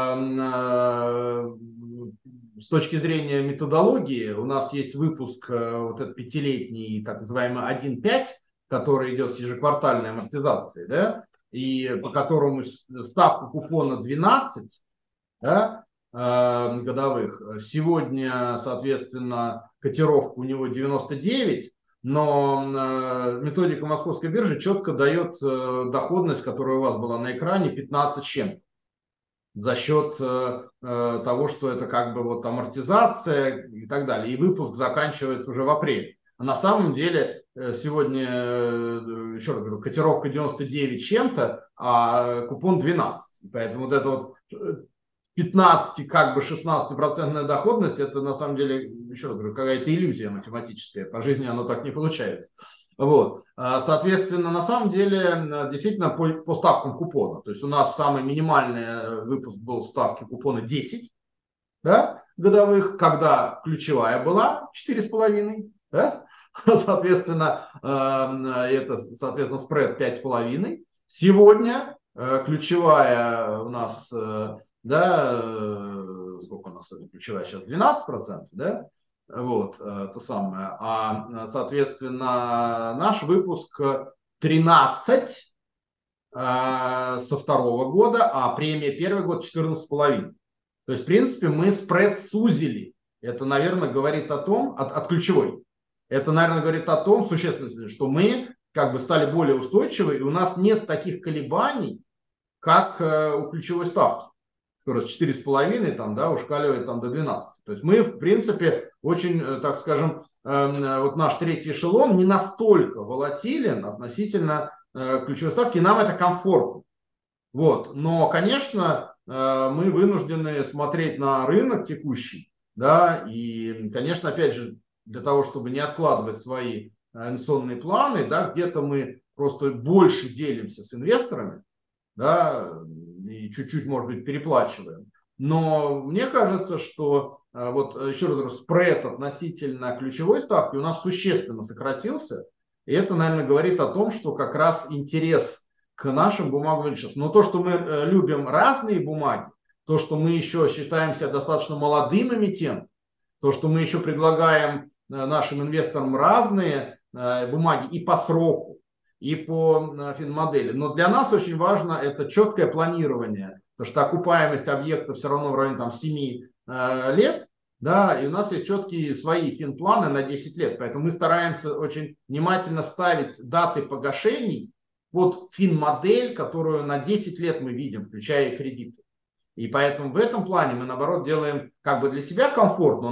с точки зрения методологии у нас есть выпуск этот 5-летний, так называемый 1.5, который идет с ежеквартальной амортизацией, да, и по которому ставка купона 12, да, годовых. Сегодня, соответственно, котировка у него 99, но методика Московской биржи четко дает доходность, которая у вас была на экране, 15 с чем-то. За счет того, что это амортизация и так далее. И выпуск заканчивается уже в апреле. А на самом деле сегодня, еще раз говорю, котировка 99 чем-то, а купон 12. Поэтому это 15-16% доходность, это на самом деле, еще раз говорю, какая-то иллюзия математическая. По жизни оно так не получается. Соответственно, на самом деле, действительно, по ставкам купона. То есть у нас самый минимальный выпуск был ставки купона 10, да, годовых, когда ключевая была 4,5. Да? Соответственно, спред 5,5. Сегодня ключевая у нас, сколько у нас ключевая сейчас, 12%, да? То самое. Соответственно, наш выпуск 13 со второго года, а премия первый год 14,5. То есть, в принципе, мы спред сузили. Это, наверное, говорит о том, от ключевой, это, наверное, говорит о том, существенно, что мы стали более устойчивы, и у нас нет таких колебаний, как у ключевой ставки, которая с 4,5 ушкаливает до 12. То есть мы, в принципе, очень, так скажем, наш третий эшелон не настолько волатилен относительно ключевой ставки, и нам это комфортно. Но, конечно, мы вынуждены смотреть на рынок текущий, да, и, конечно, опять же, для того, чтобы не откладывать свои инвестиционные планы, да, где-то мы просто больше делимся с инвесторами, да, и чуть-чуть, может быть, переплачиваем. Но мне кажется, что вот еще раз говорю, спред относительно ключевой ставки у нас существенно сократился. И это, наверное, говорит о том, что как раз интерес к нашим бумагам увеличился. Но то, что мы любим разные бумаги, то, что мы еще считаемся достаточно молодым эмитентом, то, что мы еще предлагаем нашим инвесторам разные бумаги и по сроку, и по финмодели. Но для нас очень важно это четкое планирование, потому что окупаемость объекта все равно в районе там, 7 лет, да, и у нас есть четкие свои финпланы на 10 лет. Поэтому мы стараемся очень внимательно ставить даты погашений под финмодель, которую на 10 лет мы видим, включая и кредиты. И поэтому в этом плане мы, наоборот, делаем как бы для себя комфортно, но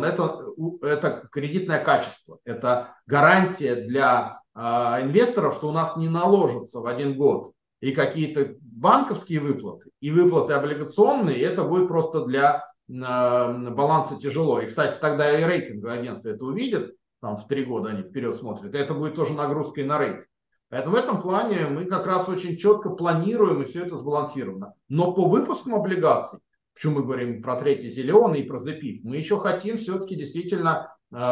это кредитное качество, это гарантия для инвесторов, что у нас не наложится в один год и какие-то банковские выплаты, и выплаты облигационные, и это будет просто для баланса тяжело. И, кстати, тогда и рейтинговое агентство это увидит, там в 3 года они вперед смотрят, и это будет тоже нагрузкой на рейтинг. Поэтому в этом плане мы как раз очень четко планируем, и все это сбалансировано. Но по выпускам облигаций, почему мы говорим про третий зеленый и про ZPIF, мы еще хотим все-таки действительно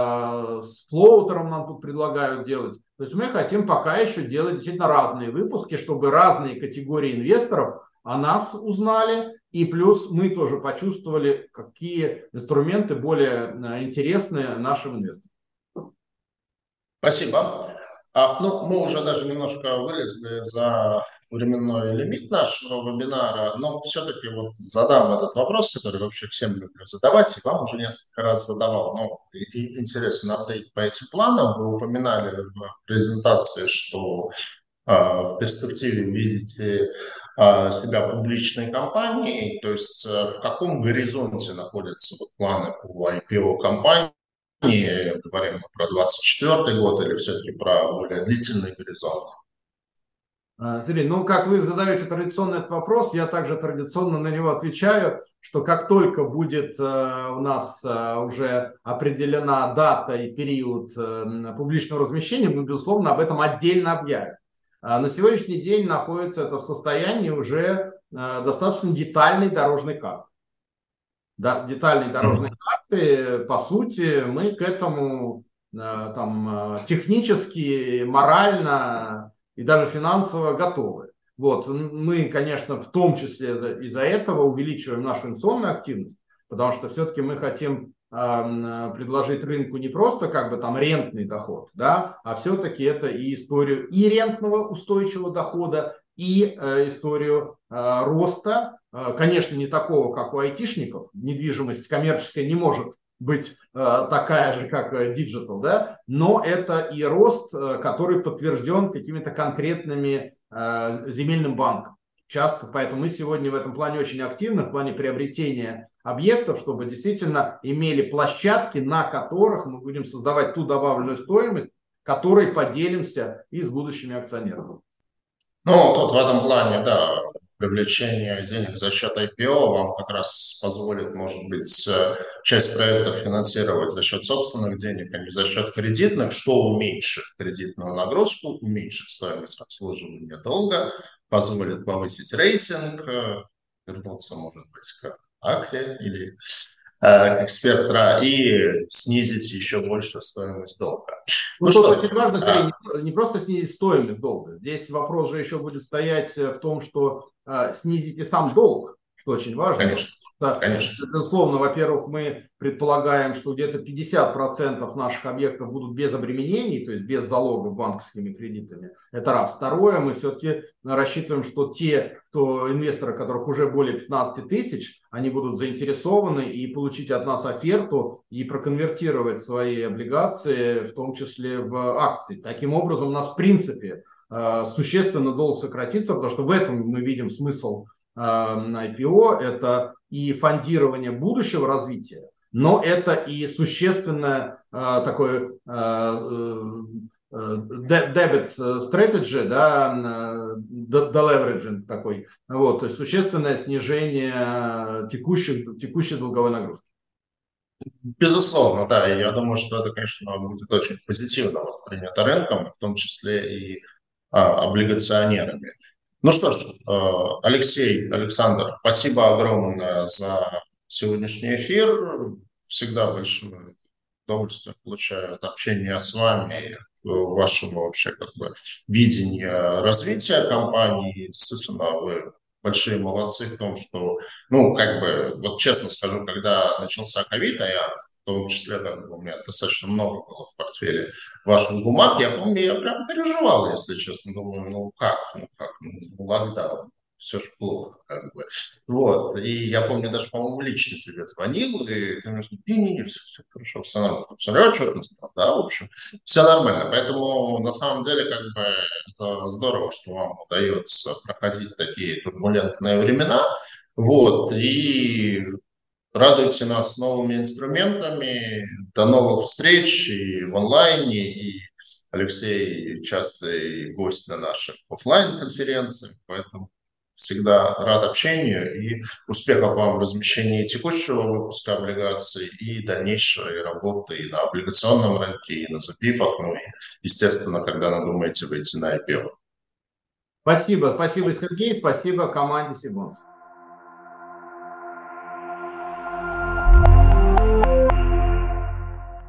с флоутером нам тут предлагают делать. То есть мы хотим пока еще делать действительно разные выпуски, чтобы разные категории инвесторов о нас узнали. И плюс мы тоже почувствовали, какие инструменты более интересны нашим инвесторам. Спасибо. Ну, мы уже даже немножко вылезли за временной лимит нашего вебинара, но все-таки вот задам этот вопрос, который вообще всем люблю задавать, и вам уже несколько раз задавал. Но интересен апдейт по этим планам. Вы упоминали в презентации, что в перспективе видите себя публичной компанией, то есть в каком горизонте находятся вот планы по IPO компании? Говорим мы про 2024 год или все-таки про более длительный горизонт? Сергей, ну, как вы задаете традиционный этот вопрос, я также традиционно на него отвечаю, что как только будет у нас уже определена дата и период публичного размещения, мы, безусловно, об этом отдельно объявим. На сегодняшний день находится это в состоянии уже достаточно детальной дорожной карты. Детальной дорожной карты, по сути, мы к этому там, технически, морально и даже финансово готовы. Вот. Мы, конечно, в том числе из-за этого увеличиваем нашу инвестиционную активность, потому что все-таки мы хотим предложить рынку не просто как бы там рентный доход, да, а все-таки это и историю и рентного устойчивого дохода, и историю роста, конечно, не такого, как у айтишников, недвижимость коммерческая не может быть такая же, как диджитал, да, но это и рост, который подтвержден какими-то конкретными земельным банком. Часто, поэтому мы сегодня в этом плане очень активны, в плане приобретения объектов, чтобы действительно имели площадки, на которых мы будем создавать ту добавленную стоимость, которой поделимся и с будущими акционерами. Ну, тут в этом плане, да, привлечение денег за счет IPO вам как раз позволит, может быть, часть проектов финансировать за счет собственных денег, а не за счет кредитных, что уменьшит кредитную нагрузку, уменьшит стоимость обслуживания долга, позволит повысить рейтинг, вернуться, может быть, к Акре или как спектра и снизить еще больше стоимость долга. Ну, что очень важно, Сергей, не просто снизить стоимость долга. Здесь вопрос же еще будет стоять в том, что снизить и сам долг, что очень важно. Конечно. Безусловно, во-первых, мы предполагаем, что где-то 50% наших объектов будут без обременений, то есть без залогов банковскими кредитами. Это раз. Второе, мы все-таки рассчитываем, что те, инвесторы, которых уже более 15 тысяч, они будут заинтересованы и получить от нас оферту и проконвертировать свои облигации, в том числе в акции. Таким образом, у нас в принципе существенно долг сократится, потому что в этом мы видим смысл IPO. Это и фондирование будущего развития, но это и существенное такое debit strategy, да, deleveraging такой, вот, то есть существенное снижение текущей долговой нагрузки. Безусловно, да, и я думаю, что это, конечно, будет очень позитивно воспринято рынком, в том числе и облигационерами. Ну что ж, Алексей, Александр, спасибо огромное за сегодняшний эфир. Всегда большое удовольствие получаю от общения с вами, вашего вообще как бы видения развития компании. Действительно, вы большие молодцы в том, что, ну, как бы, вот честно скажу, когда начался ковид, а я в том числе, как бы, у меня достаточно много было в портфеле ваших бумаг, я помню, я прям переживал, если честно, думаю, ну, локдаун, все же плохо, как бы. Вот, и я помню, даже, по-моему, лично тебе звонил, и ты мне сказал, не, все хорошо, все нормально. Посмотрел, что да, в общем, все нормально. Поэтому, на самом деле, как бы, это здорово, что вам удается проходить такие турбулентные времена, вот, и радуйте нас новыми инструментами. До новых встреч и в онлайне, и Алексей частый гость на наших офлайн-конференциях, поэтому всегда рад общению и успехов вам в размещении текущего выпуска облигаций и дальнейшей работы и на облигационном рынке, и на запифах, ну и, естественно, когда надумаете выйти на IPO. Спасибо, Сергей, спасибо команде Сибонс.